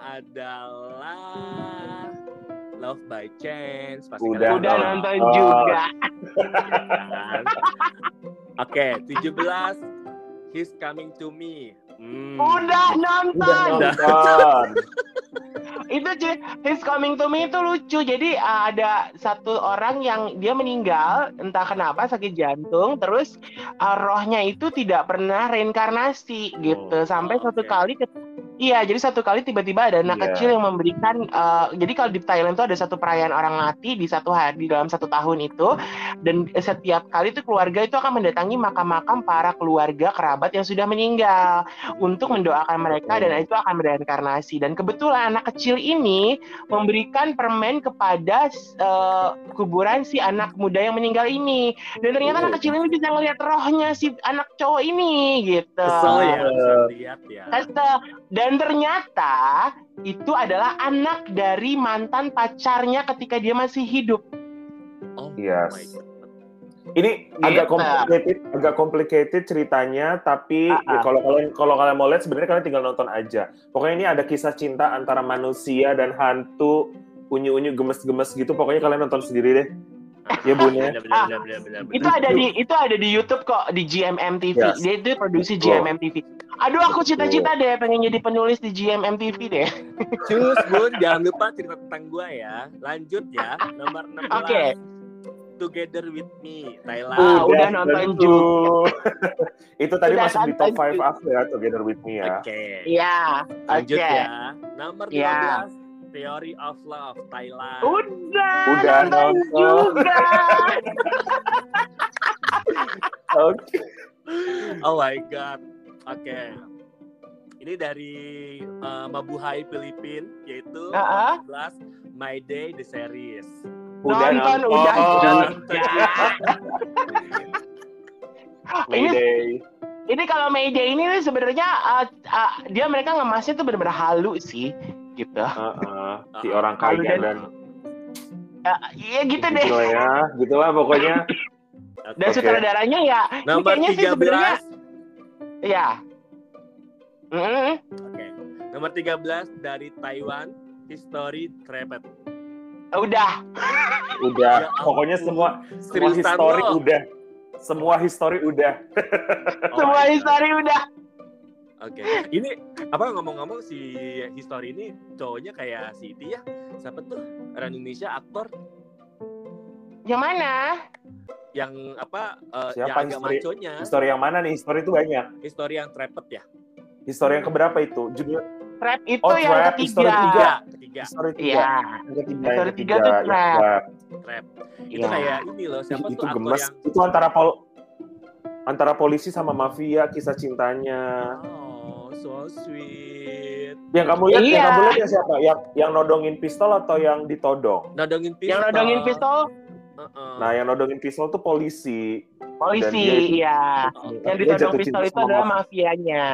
adalah Love by Chance. Pasti Udah kalian Udah tahu. nonton Oh. juga. Kan? Oke, tujuh belas He's Coming to Me. Hmm. Udah nonton. Udah nonton. Itu cuy, He's Coming to Me itu lucu. Jadi uh, ada satu orang yang dia meninggal entah kenapa sakit jantung, terus uh, rohnya itu tidak pernah reinkarnasi gitu. Oh, Sampai oh, suatu oke. kali ket- Iya, jadi satu kali tiba-tiba ada anak Iya. kecil yang memberikan, uh, jadi kalau di Thailand tuh ada satu perayaan orang mati di satu hari di dalam satu tahun itu, dan setiap kali itu keluarga itu akan mendatangi makam-makam para keluarga kerabat yang sudah meninggal untuk mendoakan mereka dan itu akan bereinkarnasi. Dan kebetulan anak kecil ini memberikan permen kepada uh, kuburan si anak muda yang meninggal ini, dan ternyata anak kecil ini bisa ngelihat rohnya si anak cowok ini gitu. Kesel ya, bisa lihat ya. Kesel. Dan ternyata itu adalah anak dari mantan pacarnya ketika dia masih hidup. Oh Yes. my God. Ini agak Gitu. complicated, agak complicated ceritanya, tapi Ah, ya ah. kalau kalian kalau kalian mau lihat sebenarnya kalian tinggal nonton aja. Pokoknya ini ada kisah cinta antara manusia dan hantu, unyu-unyu gemes-gemes gitu. Pokoknya kalian nonton sendiri deh. Ya Bun ya. Benar, benar, benar, benar, benar. Itu ada di itu ada di YouTube kok, di G M M T V. Yes. Dia itu produksi G M M T V. Aduh, aku cita-cita deh pengen jadi penulis di G M M T V deh. Cus Bun, jangan lupa cerita tentang gua ya. Lanjut ya, nomor enam belas. Oke. Together with Me, Thailand. Ah, udah nonton tentu. Itu tadi Udah masuk di top nonton lima aku ya, Together with Me ya. Oke. Iya, Lanjut oke. ya. Nomor dua Iya. belas, Theory of Love, Thailand. Udah, Udah nonton nonton. juga. Oke. Oh my God. Oke. Ini dari uh, Mabuhay, Filipina, yaitu Ah, ah. empat belas, My Day, the series. Udah Nonton, nonton. udah. Udah nonton ya? Ini Mayday. ini kalau Mayday ini nih sebenarnya uh, uh, dia mereka ngemasnya tuh benar-benar halu sih, gitu. Heeh. Si Ah, orang Halu kaya dan- dan Uh, Iya gitu deh. gitu lah ya, gitulah pokoknya. Dan Oke. sutradaranya ya, ini Nomor kayaknya sih tiga sebenarnya, belas. ya. Mm. Oke. Nomor tiga belas dari Taiwan, History Traped. Udah. Udah, Ya ampun. pokoknya semua semua Seriusan history lo? udah. Semua history udah. Oh Semua my God. history udah. Oke. Ini apa ngomong-ngomong si History ini cowoknya kayak si itu ya. Siapa tuh? Orang Indonesia aktor Yang mana? yang apa eh, Siapa yang agak History? maconya. History yang mana nih? History itu banyak. History yang Traped ya. History yang keberapa itu? Judul Trap itu Oh, yang Trap, History ketiga. tiga. Ketiga. History tiga. Iya. Yang ketiga, yang History ketiga. tiga tuh Ya, Trap. ya. Trap. Itu Iya. kayak ini loh. Siapa itu tuh aktor gemes. yang Itu antara pol antara polisi sama mafia kisah cintanya. oh so sweet. Yang kamu lihat, yang Iya. kamu lihat yang siapa? Yang yang nodongin pistol atau yang ditodong? Nodongin pistol. Yang nodongin pistol Heeh. Nah, yang nodongin pistol tuh polisi. Dan dia polisi, itu- iya. Oh, Yang Dia ditodong jatuh pistol cinta itu sama adalah mafia. mafianya.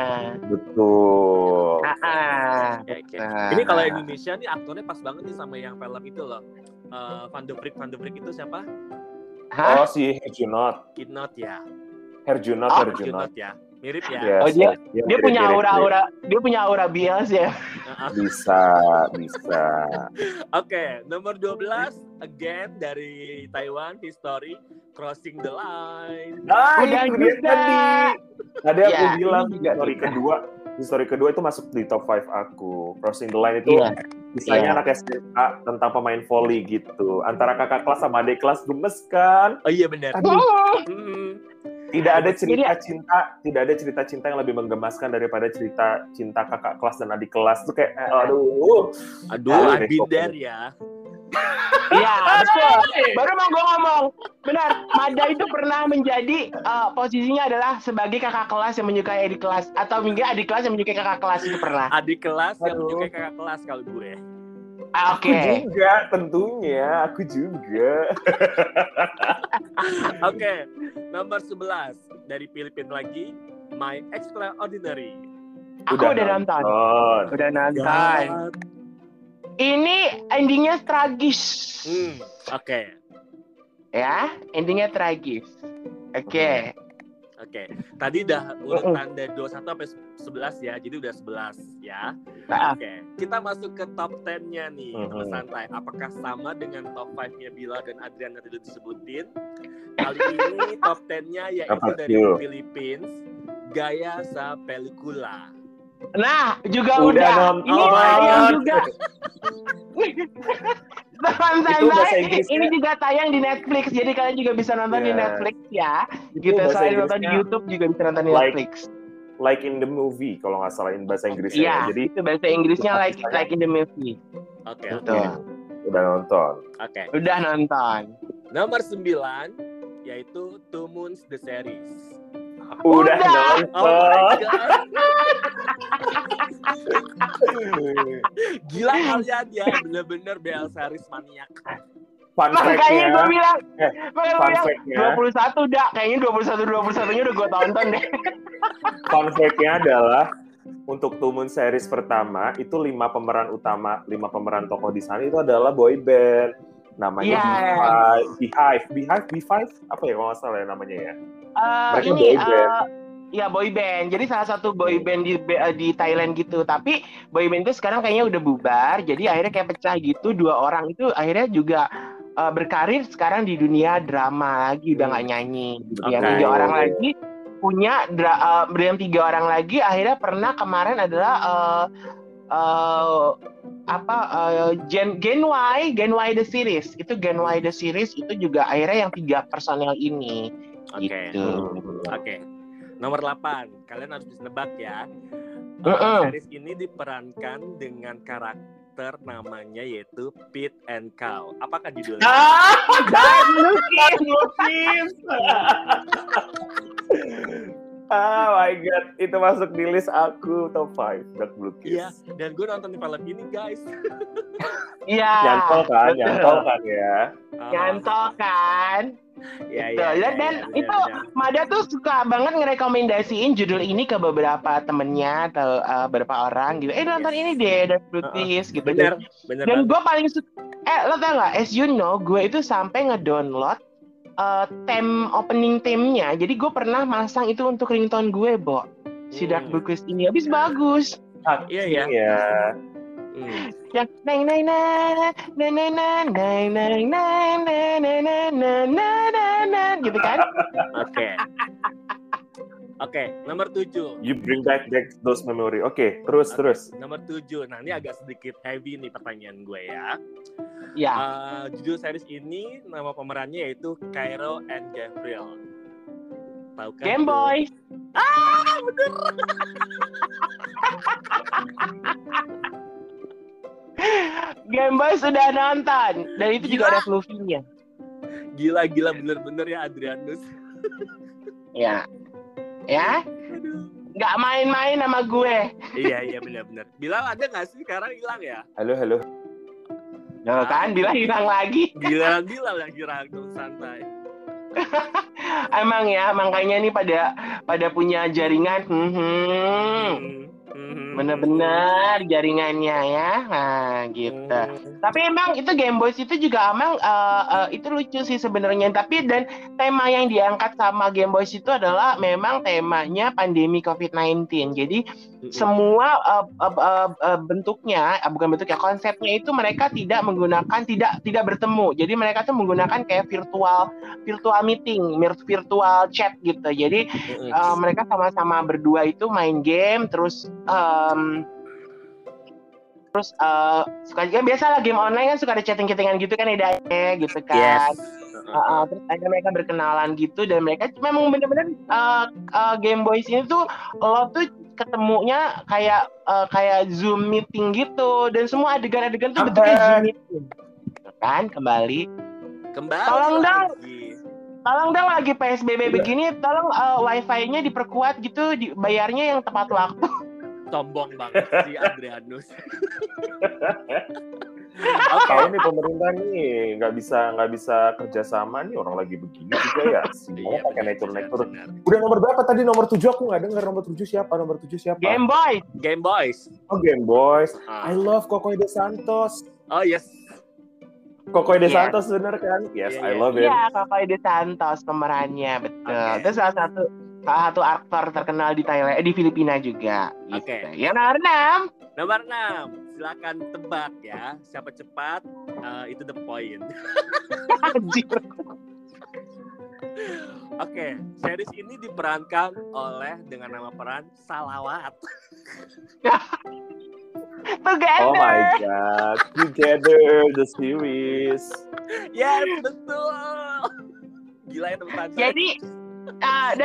Betul. Ah, ah. Oke, oke. Nah. Ini kalau Indonesia nih aktornya pas banget nih sama yang film itu loh. Eh, Van de Vriek, Van de Vriek itu siapa? Hah? Oh, si Herjunot. Kidnot ya. Herjunot, Oh, Herjunot. Kidnot ya. Mirip ya. Yes, Oh, dia- yes. Dia punya mirip-mirip. aura-aura, dia punya aura bias ya. Heeh. Bisa, bisa. Oke, nomor dua belas again dari Taiwan, History Crossing the Line. Nah, Udah itu dia juga. tadi. Tadi aku Ya, bilang ini juga history bisa. kedua, history kedua itu masuk di top lima aku. Crossing the Line itu Iya. kisahnya Iya. anak S M A tentang pemain volley gitu. Antara kakak kelas sama adik kelas, gemes kan? Oh iya benar. Aduh, Hmm. tidak ada cerita Jadi- cinta, tidak ada cerita cinta yang lebih menggemaskan daripada cerita cinta kakak kelas dan adik kelas. Tuh kayak, aduh. Aduh, Aduh, I've been there ya. Iya, betul. Baru mau gue ngomong. Benar, Mada itu pernah menjadi eh, posisinya adalah sebagai kakak kelas yang menyukai adik kelas atau mungkin adik kelas yang menyukai kakak kelas itu pernah. Adik kelas yang Aduh. menyukai kakak kelas kalau gue. Ah, Aku Oke. juga, tentunya. Aku juga. Oke, nomor sebelas dari Filipina lagi, My Extraordinary. Aku udah nonton. nonton. Udah nonton. God. Ini endingnya tragis. Hmm, oke. Ya, endingnya tragis. Oke. Oke, tadi udah urutan dari dua puluh satu sampai sebelas ya, jadi udah sebelas ya. Nah, Oke, kita masuk ke top sepuluh-nya nih, Mhm. teman santai. Apakah sama dengan top lima-nya Bila dan Adrian yang tadi disebutin? Kali ini top sepuluh-nya yaitu Apa dari tuh? Philippines, Gaya sa Pelikula. nah, juga Udah udah. nonton. Ini tayang juga. Teman Itu bahasa santai, Inggrisnya. ini juga tayang di Netflix, jadi kalian juga bisa nonton di Yes. Netflix ya. Itu Gitu, bahasa selain nonton di Inggrisnya YouTube juga bisa nonton di like- Netflix. like in the movie kalau nggak salah in bahasa Inggrisnya. Iya, ya. Jadi itu bahasa Inggrisnya like like in the movie. Oke, oke. Betul. udah nonton. Oke. Udah nonton. Nomor sembilan yaitu Two Moons the series. Udah, Udah. Oh my nonton. god. Gila kalian ya, bener-bener B L series maniak. Fun Makanya fact-nya, gue bilang, eh, makanya gue fun bilang fact-nya. dua puluh satu dah, kayaknya dua puluh satu dua puluh satunya udah gue tonton deh. fun fact-nya adalah untuk Two Moon series pertama itu lima pemeran utama, lima pemeran tokoh di sana itu adalah boy band. Namanya Yes. Beehive, Beehive, Beehive, apa ya kalau nggak salah ya namanya ya? Uh, Mereka ini boy band. uh, ya boy band. Jadi salah satu boy band di di Thailand gitu. Tapi boy band itu sekarang kayaknya udah bubar. Jadi akhirnya kayak pecah gitu. Dua orang itu akhirnya juga uh, berkarir sekarang di dunia drama lagi, udah nggak nyanyi. Gitu. Yang Okay. tiga orang lagi punya dra, uh, yang tiga orang lagi akhirnya pernah kemarin adalah uh, uh, apa uh, Gen Gen Y, Gen Y the series. Itu Gen Y the series itu juga akhirnya yang tiga personel ini. Oke. Gitu. Oke. Nomor delapan. Kalian harus bisa nebak ya. Uh, Uh-uh. series ini diperankan dengan karakter namanya yaitu Pete and Cal. Apakah judulnya? Ah, dan lukis, lukis. Oh my god, itu masuk di list aku top lima Dark Blue Kiss. Iya, dan gue nonton film ini guys. Iya. Nyantol kan, betul. nyantol kan ya. Nyantol kan. Iya, Betul. iya. Dan, dan itu Mada tuh suka banget ngerekomendasiin judul ini ke beberapa temennya atau uh, beberapa orang gitu. Eh nonton Yes. ini deh, Dark Blue Kiss gitu. Bener, bener. Dan banget. gue paling suka, eh lo tau gak, as you know, gue itu sampai ngedownload uh, theme opening theme-nya. Jadi gue pernah masang itu untuk ringtone gue, Bo. Si Dark Hmm. Blue Kiss ini. Habis bagus. Iya, iya. Iya. Hmm. Yang neng neng neng neng neng neng neng neng neng neng neng neng neng neng gitu kan? Oke. Oke, nomor tujuh. You bring back, back those memory. Oke, terus Oke, terus. Nomor tujuh. Nah, ini agak sedikit heavy nih pertanyaan gue ya. Ya. Uh, judul series ini nama pemerannya yaitu Cairo and Gabriel. Tahu kan? Game tuh? Boy. Ah, bener. Game Boy sudah nonton dan itu Gila. juga ada movie-nya. Gila, gila bener-bener ya Adrianus. Ya. Ya? Aduh. Nggak main-main sama gue. Iya, iya bener-bener. Bilal ada nggak sih sekarang hilang ya? Halo, halo. Nah, kan bilang hilang lagi. Gila, Bilal lagi rangkul santai. Emang ya, makanya nih pada pada punya jaringan. Hmm. Hmm. Hmm. Bener-bener jaringannya ya. Nah, gitu. Hmm. Tapi emang itu Game Boys itu juga emang uh, uh, itu lucu sih sebenarnya. Tapi dan tema yang diangkat sama Game Boys itu adalah memang temanya pandemi covid sembilan belas. Jadi Hmm. semua uh, uh, uh, uh, bentuknya, uh, bukan bentuknya, konsepnya itu mereka tidak menggunakan tidak tidak bertemu. Jadi mereka tuh menggunakan kayak virtual virtual meeting, virtual chat gitu. Jadi Hmm. uh, mereka sama-sama berdua itu main game terus um, terus uh, suka ya biasa lah game online kan suka ada chatting-chattingan gitu kan idenya gitu kan. Yes. Uh, uh, terus akhirnya mereka berkenalan gitu dan mereka memang benar-benar uh, uh, Game Boys ini tuh lo tuh ketemunya kayak uh, kayak Zoom meeting gitu dan semua adegan-adegan tuh Apa? bentuknya Zoom meeting. Kan kembali. Kembali Tolong dong. lagi. Tolong dong lagi P S B B begini tolong uh, wifi-nya diperkuat gitu dibayarnya yang tepat waktu. Sombong banget si Adrianus. Tahu nih pemerintah nih nggak bisa nggak bisa kerjasama nih orang lagi begini juga ya. Semuanya Iya, pakai benar, naik-naik benar, benar. Udah nomor berapa tadi? Nomor tujuh aku nggak dengar nomor tujuh siapa? Nomor tujuh siapa? Game Boy. Game Boys. Oh, Game Boys. Ah. I love Cocoy de Santos. Oh yes. Cocoy de Yes. Santos bener kan? Yes, Iya, I iya. love it. Iya, Kakak De Santos pemerannya betul. Oke. Itu salah satu salah satu aktor terkenal di Thailand, eh, di Filipina juga. Gitu. Oke. Yang nomor enam. Nomor enam. Silakan tebak ya. Siapa cepat uh, itu the point. Anjir. Oke, series ini diperankan oleh dengan nama peran Salawat. Together. Oh my god, Together the series. Yes, betul. Gila ya teman-teman. Jadi uh, dan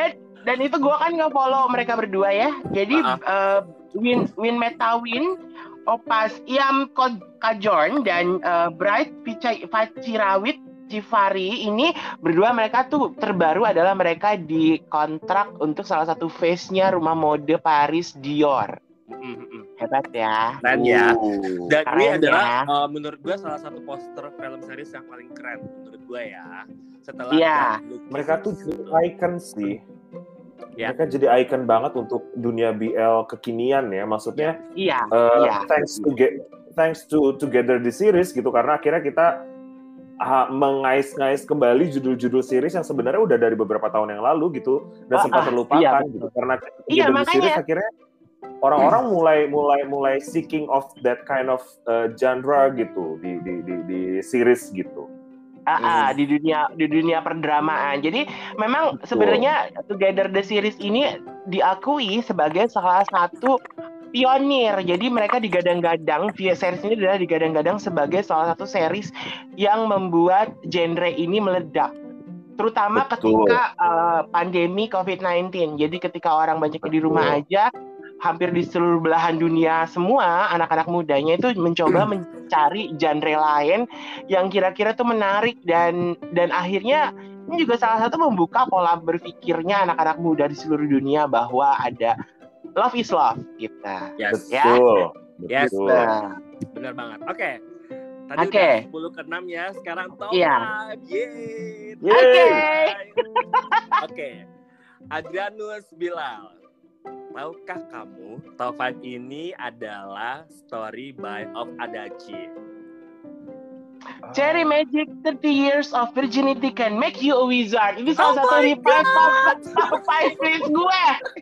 dan itu gue kan nge-follow mereka berdua ya. Jadi uh, Win Win Metawin, Opas Iam Kajorn dan uh, Bright Facirawit Civari ini berdua, mereka tuh terbaru adalah mereka dikontrak untuk salah satu face-nya rumah mode Paris Dior. Mm-hmm. Hebat ya. Keren ya. Dan keren ini adalah ya. uh, menurut gue salah satu poster film series yang paling keren menurut gue ya. Setelah yeah. mereka tuh jadi icon sih. Ya. Mereka jadi icon banget untuk dunia B L kekinian ya. Maksudnya iya. Uh, iya. thanks to get, thanks to Together the series gitu, karena akhirnya kita uh, mengais-ngais kembali judul-judul series yang sebenarnya udah dari beberapa tahun yang lalu gitu dan oh, sempat ah, terlupakan iya, gitu. Karena Together iya, the makanya. series akhirnya orang-orang mulai mulai mulai seeking of that kind of uh, genre gitu di di di, di series gitu. Ah, ah, di dunia di dunia perdramaan. Jadi memang sebenarnya Together the series ini diakui sebagai salah satu pionir. Jadi mereka digadang-gadang, series ini adalah digadang-gadang sebagai salah satu series yang membuat genre ini meledak. Terutama Betul. ketika uh, pandemi covid sembilan belas. Jadi ketika orang banyak di rumah aja, hampir di seluruh belahan dunia semua anak-anak mudanya itu mencoba mencari genre lain yang kira-kira tuh menarik, dan dan akhirnya ini juga salah satu membuka pola berpikirnya anak-anak muda di seluruh dunia bahwa ada love is love gitu. Yes. Ya. Betul. Yes. Nah. Benar banget. Oke. Okay. Tadi okay. udah sepuluh ke enam ya, sekarang top yeah. five. Yeay. Oke. Okay. Oke. Adrianus Bilal. Tahukah kamu, top five ini adalah story by of Adachi. Cherry Magic thirty years of virginity can make you a wizard. Ini salah oh satu di top five list gue.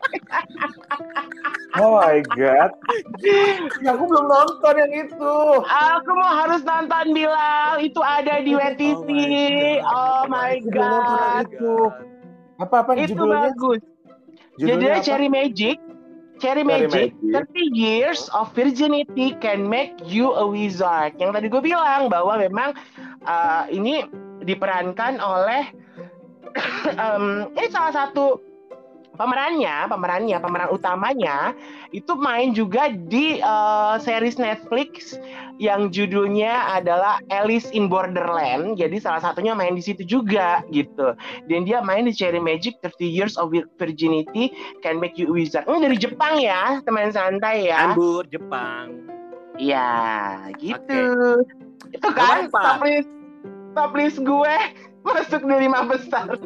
Oh my god. Ya, aku belum nonton yang itu. Aku mau harus nonton, Bilal. Itu ada di W T V. Oh my god. Itu. Apa-apa itu judulnya? Bagus. Judulnya Cherry Magic. Cherry, Cherry Magic, Magic, thirty years of virginity can make you a wizard. Yang tadi gue bilang bahwa memang uh, ini diperankan oleh um, ini salah satu pemerannya, pemerannya, pemeran utamanya itu main juga di uh, series Netflix yang judulnya adalah Alice in Borderland. Jadi salah satunya main di situ juga gitu. Dan dia main di Cherry Magic thirty years of virginity can make you a wizard. Ini dari Jepang ya, teman santai ya. Ambur Jepang. Iya, gitu. Okay. Itu kan top list, top list gue masuk di lima besar.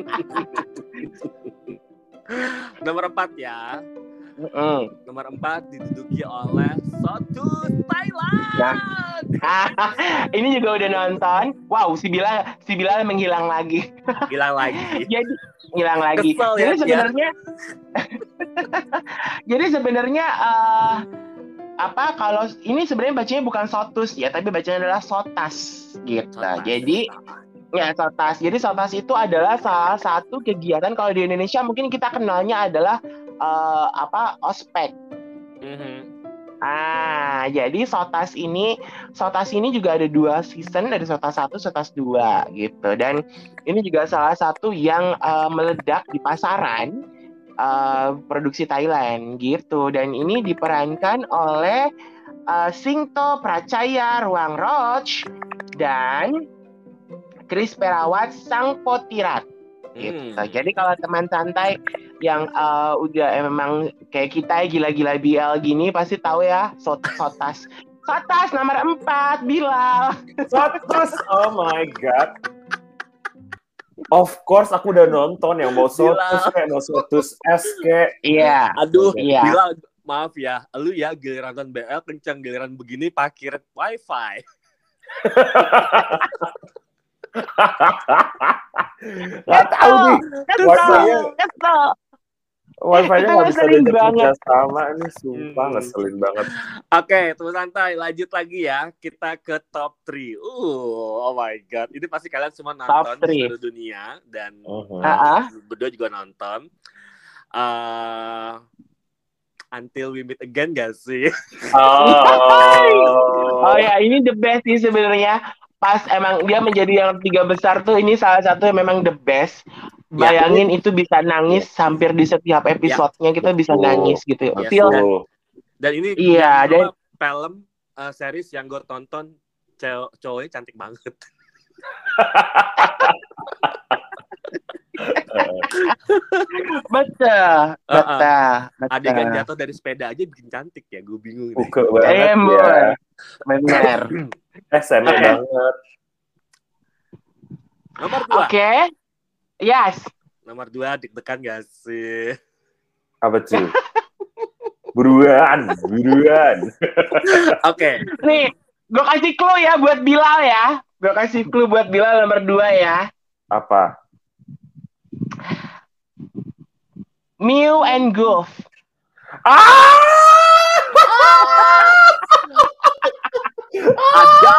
Nomor empat ya. Uh-uh. Nomor empat diduduki oleh Sotus Thailand. Ya. Ini juga udah nonton. Wow, si Bilal, si Bilal menghilang lagi. Hilang lagi. Jadi hilang lagi. Kesel, jadi ya, sebenarnya, ya. jadi sebenarnya uh, apa? Kalau ini sebenarnya bacanya bukan Sotus ya, tapi bacanya adalah Sotas gitu. Sotas. Jadi ya, Sotas. Jadi Sotas itu adalah salah satu kegiatan, kalau di Indonesia mungkin kita kenalnya adalah uh, apa ospek. Mm-hmm. Ah, jadi Sotas ini, Sotas ini juga ada dua season, dari Sotas satu, Sotas dua gitu. Dan ini juga salah satu yang uh, meledak di pasaran uh, produksi Thailand gitu. Dan ini diperankan oleh uh, Singto Prachaya Ruangroj dan Chris Perawat Sang Potirat gitu. Hmm. Jadi kalau teman santai yang uh, udah eh, memang kayak kita gila-gila B L gini pasti tahu ya Sotas. Sotas nomor empat, Bilal. Sotas, oh my god. Of course aku udah nonton yang mau Sotus kayak mau Sotus S kayak. Iya. Aduh, iya. Bilal, maaf ya, lu ya giliran nonton B L kencang, giliran begini pakai wifi. Gak tahu nih wifi-nya wifi-nya nggak bisa diajak kerja sama, ini sumpah hmm. ngeselin banget. Oke, teman santai, lanjut lagi ya, kita ke top tiga. Uh, oh my god, ini pasti kalian semua nonton di seluruh dunia dan uh-huh. uh, berdua juga nonton. Uh, Until We Meet Again gak sih? Oh, oh ya, ini the best sih sebenarnya. Pas emang dia menjadi yang tiga besar tuh, ini salah satu yang memang the best. bayangin ya. Itu bisa nangis ya. Hampir di setiap episodenya ya. Kita bisa Betul. Nangis gitu. Ya, Feel, dan, dan ini iya, dan film uh, series yang gue tonton cow- cowoknya cantik banget. Betul, betul. Adegan jatuh dari sepeda aja bikin cantik ya, gue bingung. Buka banget ya. Benar. S M okay. banget. Nomor dua. Oke. Okay. Yes. Nomor dua deg-degan gak sih? Apa tuh? Buruan, buruan. Oke. Okay. Nih, gue kasih clue ya buat Bilal ya. Gue kasih clue buat Bilal nomor dua ya. Apa? Mew and Goof. Ah! Ada.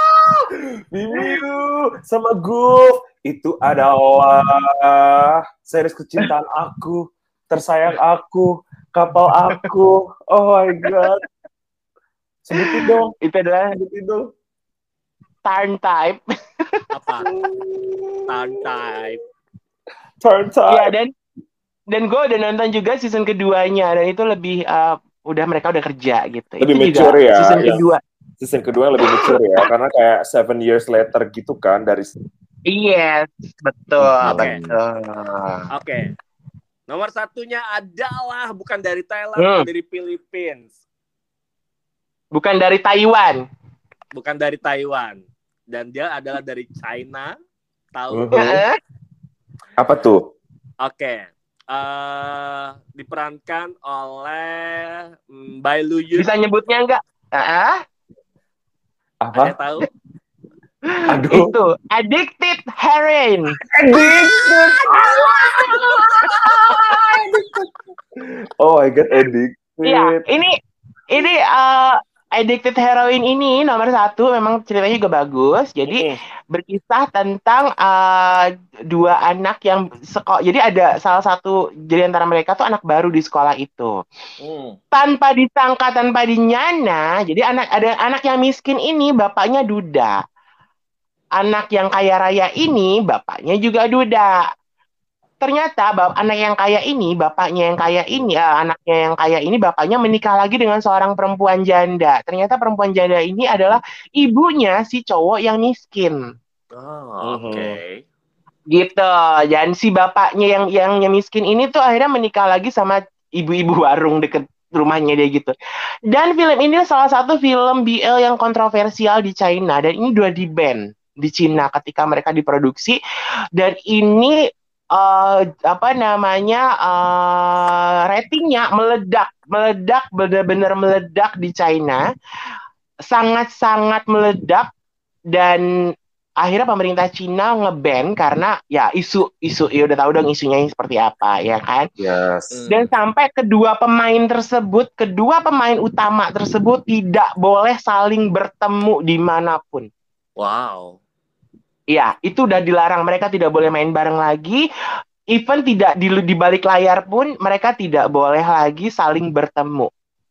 Mew sama Goof itu adalah series kecintaan aku, tersayang aku, kapal aku. Oh my god. Sebutin dong. Itu adalah sebutin dong. Turn Type. Apa? Turn Type. Turn Type. Iya, dan dan gue udah nonton juga season keduanya dan itu lebih uh, udah mereka udah kerja gitu. Lebih itu mature juga ya. Season ya. kedua. Season kedua lebih mature ya karena kayak seven years later gitu kan dari. Yes, betul. Oke. Okay. Oke. Okay. Nomor satunya adalah bukan dari Thailand, hmm. dari Philippines. Bukan dari Taiwan. Bukan dari Taiwan. Dan dia adalah dari China. Tahu? Uh-huh. Apa tuh? Oke. Okay. Uh, diperankan oleh um, Bai Lu Yun. Bisa nyebutnya enggak? Uh-huh. Apa? Ada tahu? Aduh. Itu Addicted Heroin. Addicted. Oh my god, addicted. Iya, ini ini uh, Addicted Heroin ini nomor satu memang ceritanya juga bagus. Jadi mm. berkisah tentang uh, dua anak yang sekolah. Jadi ada salah satu jadi antara mereka tuh anak baru di sekolah itu. Mm. Tanpa disangka, tanpa dinyana, jadi anak ada anak yang miskin ini bapaknya duda. Anak yang kaya raya ini bapaknya juga duda. Ternyata bap- anak yang kaya ini, bapaknya yang kaya ini, uh, anaknya yang kaya ini, bapaknya menikah lagi dengan seorang perempuan janda. Ternyata perempuan janda ini adalah ibunya si cowok yang miskin. Oh, oke. Okay. Gitu. Dan si bapaknya yang, yang yang miskin ini tuh akhirnya menikah lagi sama ibu-ibu warung deket rumahnya dia gitu. Dan film ini salah satu film B L yang kontroversial di China dan ini udah di-ban di Cina ketika mereka diproduksi dan ini uh, apa namanya uh, ratingnya meledak meledak benar-benar meledak di China, sangat-sangat meledak dan akhirnya pemerintah Cina nge-ban karena ya isu-isu ya udah tahu dong isunya seperti apa ya kan. Yes. Dan sampai kedua pemain tersebut, kedua pemain utama tersebut tidak boleh saling bertemu dimanapun. Wow. Iya, itu udah dilarang. Mereka tidak boleh main bareng lagi. Even tidak di, di balik layar pun mereka tidak boleh lagi saling bertemu.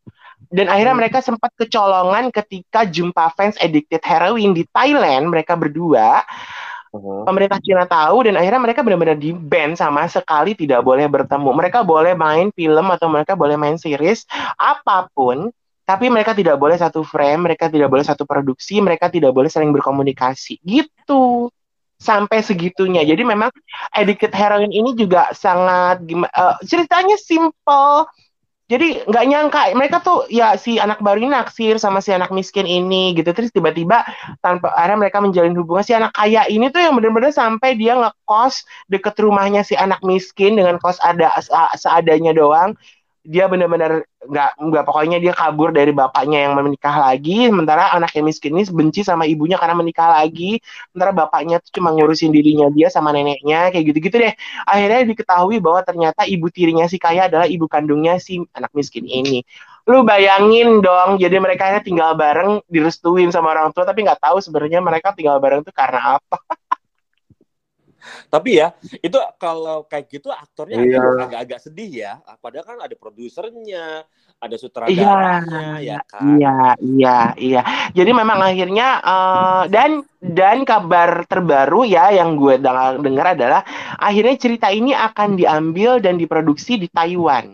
Dan akhirnya hmm. mereka sempat kecolongan ketika jumpa fans Addicted Heroin di Thailand. Mereka berdua. Uh-huh. Pemerintah Cina tahu dan akhirnya mereka benar-benar di-ban sama sekali tidak boleh bertemu. Mereka boleh main film atau mereka boleh main series apapun. Tapi mereka tidak boleh satu frame, mereka tidak boleh satu produksi, mereka tidak boleh saling berkomunikasi. Gitu. Sampai segitunya. Jadi memang Addicted Heroin ini juga sangat uh, ceritanya simple. Jadi nggak nyangka mereka tuh ya si anak baru ini naksir sama si anak miskin ini gitu. Terus tiba-tiba tanpa akhirnya mereka menjalin hubungan. Si anak kaya ini tuh yang benar-benar sampai dia ngekos deket rumahnya si anak miskin dengan kos ada seadanya doang. Dia benar-benar nggak nggak pokoknya dia kabur dari bapaknya yang menikah lagi, sementara anak yang miskin ini benci sama ibunya karena menikah lagi, sementara bapaknya tuh cuma ngurusin dirinya dia sama neneknya kayak gitu-gitu deh. Akhirnya diketahui bahwa ternyata ibu tirinya si kaya adalah ibu kandungnya si anak miskin ini. Lu bayangin dong, jadi mereka akhirnya tinggal bareng, direstuin sama orang tua, tapi nggak tahu sebenarnya mereka tinggal bareng tuh karena apa. Tapi ya, itu kalau kayak gitu aktornya iya. agak-agak sedih ya. Padahal kan ada produsernya, ada sutradaranya, iya, ya kan? Iya, iya, iya. Jadi memang akhirnya uh, dan dan kabar terbaru ya yang gue dengar adalah akhirnya cerita ini akan diambil dan diproduksi di Taiwan.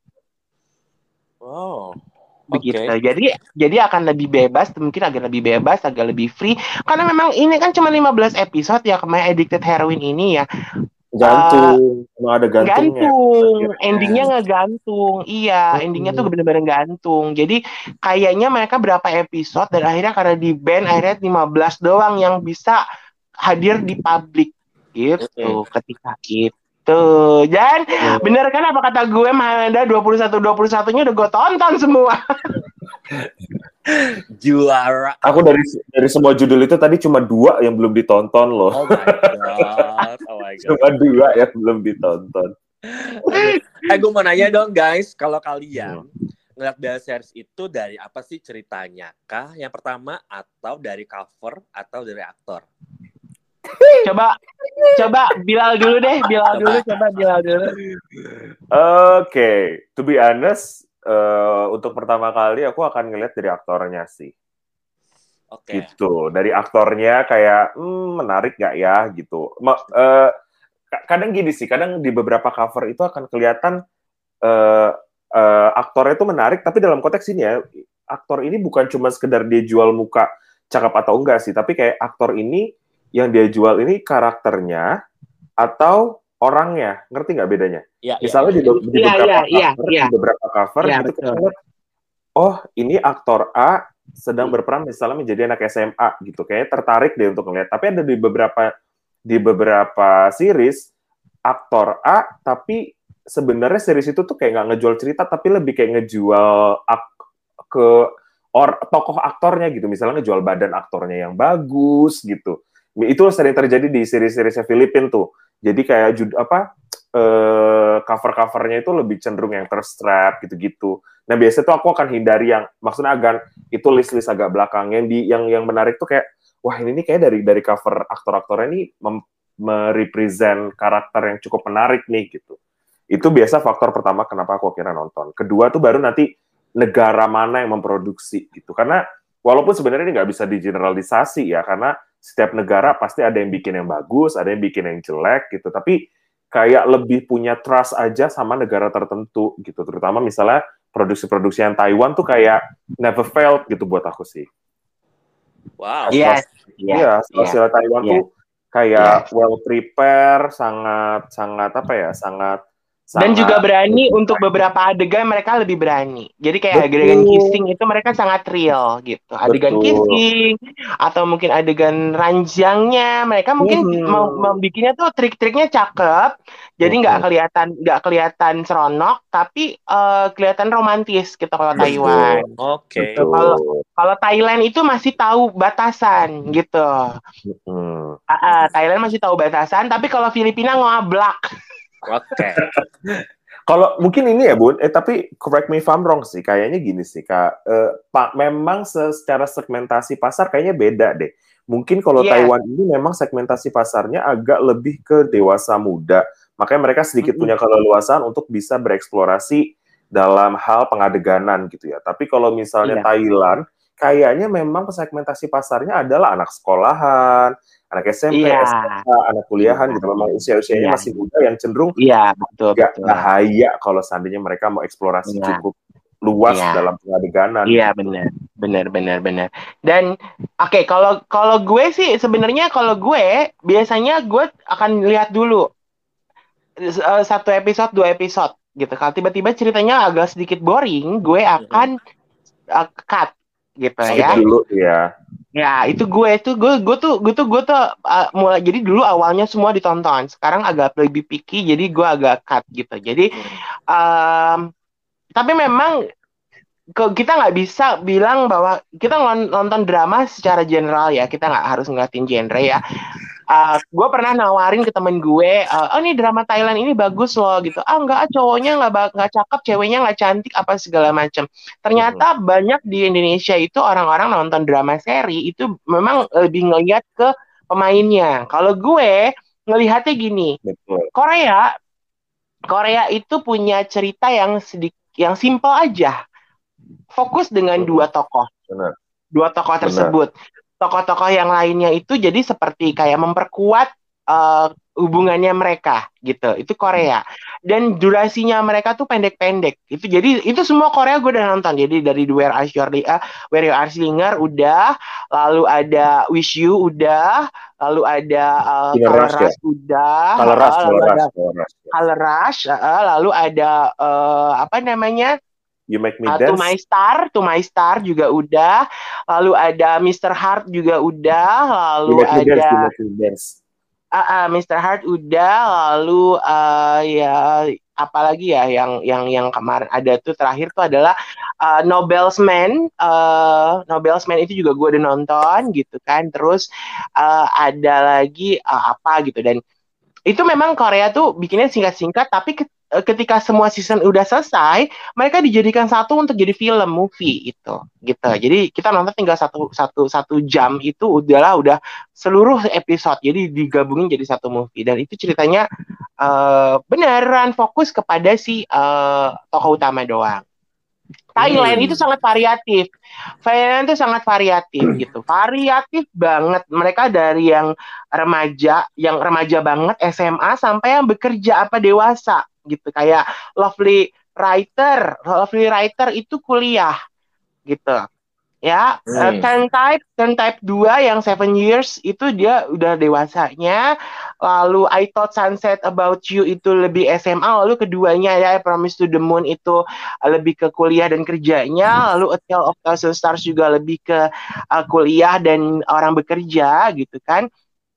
Oh. Begitu. Okay. Jadi jadi akan lebih bebas, mungkin agak lebih bebas, agak lebih free. Karena memang ini kan cuma lima belas episode ya, kemarin Addicted Heroin ini ya. Gantung, uh, ada gantungnya. Gantung, endingnya ngegantung. Iya, hmm. endingnya tuh bener-bener gantung. Jadi kayaknya mereka berapa episode dan akhirnya karena di ban akhirnya lima belas doang yang bisa hadir di publik gitu hmm. ketika itu. Tuh, dan hmm. bener kan apa kata gue, Mahanda dua puluh satu dua puluh satunya udah gue tonton semua. Juara. Aku dari dari semua judul itu tadi cuma dua yang belum ditonton loh. Oh my god. Oh my god. Cuma dua yang belum ditonton. Eh, gue mau nanya dong guys, kalau kalian hmm. ngeliat The Series itu dari apa sih ceritanya? Kah yang pertama atau dari cover atau dari aktor? Coba coba Bilal dulu deh, Bilal dulu, coba Bilal dulu. Oke, okay. To be honest, uh, untuk pertama kali aku akan ngeliat dari aktornya sih. Oke. Okay. Gitu, dari aktornya kayak hmm, menarik gak ya gitu. Ma- uh, kadang gini sih, kadang di beberapa cover itu akan kelihatan uh, uh, aktornya itu menarik, tapi dalam konteks ini ya, aktor ini bukan cuma sekedar dia jual muka cakep atau enggak sih, tapi kayak aktor ini yang dia jual ini karakternya atau orangnya, ngerti nggak bedanya? Ya, Misalnya ya, di, be- di, ya, beberapa ya, cover, ya, di beberapa cover, ya, itu kita lihat, oh ini aktor A sedang berperan misalnya menjadi anak S M A gitu, kayaknya tertarik deh untuk ngeliat. Tapi ada di beberapa di beberapa series aktor A, tapi sebenarnya series itu tuh kayak nggak ngejual cerita, tapi lebih kayak ngejual ak- ke or tokoh aktornya gitu, misalnya ngejual badan aktornya yang bagus gitu. Itu sering terjadi di seri-seriesnya Filipina tuh. Jadi kayak jud apa eh, cover-covernya itu lebih cenderung yang terstrap gitu-gitu. Nah biasanya tuh aku akan hindari yang maksudnya agak itu list-list agak belakang yang di yang yang menarik tuh kayak wah ini nih kayak dari dari cover aktor-aktornya ini mem- merepresent karakter yang cukup menarik nih gitu. Itu biasa faktor pertama kenapa aku kira nonton. Kedua tuh baru nanti negara mana yang memproduksi gitu. Karena walaupun sebenarnya ini nggak bisa digeneralisasi ya karena setiap negara pasti ada yang bikin yang bagus, ada yang bikin yang jelek gitu. Tapi kayak lebih punya trust aja sama negara tertentu gitu. Terutama misalnya produksi-produksi yang Taiwan tuh kayak never failed gitu buat aku sih. Wow. Yes. Iya, sosial yeah. Taiwan yeah. tuh kayak yeah. well prepare, sangat sangat apa ya, sangat dan juga berani betul. Untuk beberapa adegan mereka lebih berani. Jadi kayak betul. Adegan kissing itu mereka sangat real gitu. Adegan betul. Kissing atau mungkin adegan ranjangnya mereka mungkin hmm. mau membikinnya tuh trik-triknya cakep. Jadi nggak hmm. kelihatan nggak kelihatan seronok tapi uh, kelihatan romantis gitu kalau Taiwan. Oke. Okay. Kalau kalau Thailand itu masih tahu batasan gitu. Hmm. Uh, uh, Thailand masih tahu batasan tapi kalau Filipina ngablak. Oke. Okay. Kalau mungkin ini ya Bun, eh tapi correct me if I'm wrong sih, kayaknya gini sih Kak, eh, Pak memang secara segmentasi pasar kayaknya beda deh. Mungkin kalau yeah. Taiwan ini memang segmentasi pasarnya agak lebih ke dewasa muda, makanya mereka sedikit mm-hmm. punya keleluasaan untuk bisa bereksplorasi dalam hal pengadeganan gitu ya. Tapi kalau misalnya yeah. Thailand, kayaknya memang segmentasi pasarnya adalah anak sekolahan, anak S M P, yeah. S M A, anak kuliahan yeah. gitu. Memang usia-usianya yeah. masih muda yang cenderung yeah, betul, gak betul. bahaya kalau seandainya mereka mau eksplorasi yeah. cukup luas yeah. dalam pengadeganan. Iya yeah, benar, benar, benar, benar. Dan oke okay, kalau kalau gue sih sebenarnya kalau gue biasanya gue akan lihat dulu uh, satu episode, dua episode gitu. Kalau tiba-tiba ceritanya agak sedikit boring, gue akan uh, cut gitu Skip ya. dulu ya. Ya itu gue itu gue gue tuh gue tuh gue tuh uh, mulai jadi dulu awalnya semua ditonton, sekarang agak lebih picky jadi gue agak cut gitu. Jadi um, tapi memang kita nggak bisa bilang bahwa kita nonton drama secara general ya, kita nggak harus ngeliatin genre ya. Uh, gue pernah nawarin ke temen gue, uh, oh ini drama Thailand ini bagus loh gitu. Ah enggak, cowoknya nggak nggak cakep, ceweknya nggak cantik apa segala macam. Ternyata uh-huh. banyak di Indonesia itu orang-orang nonton drama seri itu memang lebih ngeliat ke pemainnya. Kalau gue ngelihatnya gini, betul. Korea, Korea itu punya cerita yang sedikit, yang simple aja, fokus dengan uh-huh. dua tokoh. Benar. dua tokoh tersebut. Tokoh-tokoh yang lainnya itu jadi seperti kayak memperkuat uh, hubungannya mereka gitu. Itu Korea. Dan durasinya mereka tuh pendek-pendek. Itu jadi itu semua Korea gue udah nonton. Jadi dari Where Are You uh, Where You Are Slinger udah, lalu ada Wish You udah, lalu ada uh, Color Rush ya? Udah, Color Rush, uh, lalu Color ada Rush, Color Rush, uh, lalu ada uh, apa namanya? You Make Me uh, Dance. To My Star, To My Star juga udah, lalu ada mister Heart juga udah, lalu you make me ada dance, you make me dance. Uh, uh, mister Heart udah, lalu uh, ya apalagi ya yang yang yang kemarin ada tuh terakhir tuh adalah uh, Nobel's Man. Uh, Nobel's Man itu juga gue udah nonton gitu kan. Terus uh, ada lagi uh, apa gitu, dan itu memang Korea tuh bikinnya singkat-singkat, tapi ketika semua season udah selesai, mereka dijadikan satu untuk jadi film movie itu, gitu. Jadi kita nonton tinggal satu satu satu jam itu udahlah udah seluruh episode, jadi digabungin jadi satu movie, dan itu ceritanya uh, beneran fokus kepada si uh, tokoh utama doang. Thailand hmm. itu sangat variatif. Thailand itu sangat variatif gitu. Variatif banget. Mereka dari yang remaja, yang remaja banget S M A sampai yang bekerja apa dewasa gitu. Kayak Lovely Writer, Lovely Writer itu kuliah gitu. Ya, hmm. uh, Turn Type, Turn Type dua yang seven years itu dia udah dewasanya. Lalu I Thought Sunset About You itu lebih S M A. Lalu keduanya ya I Promise to the Moon itu uh, lebih ke kuliah dan kerjanya. Lalu A Tale of Thousand Stars juga lebih ke uh, kuliah dan orang bekerja gitu kan.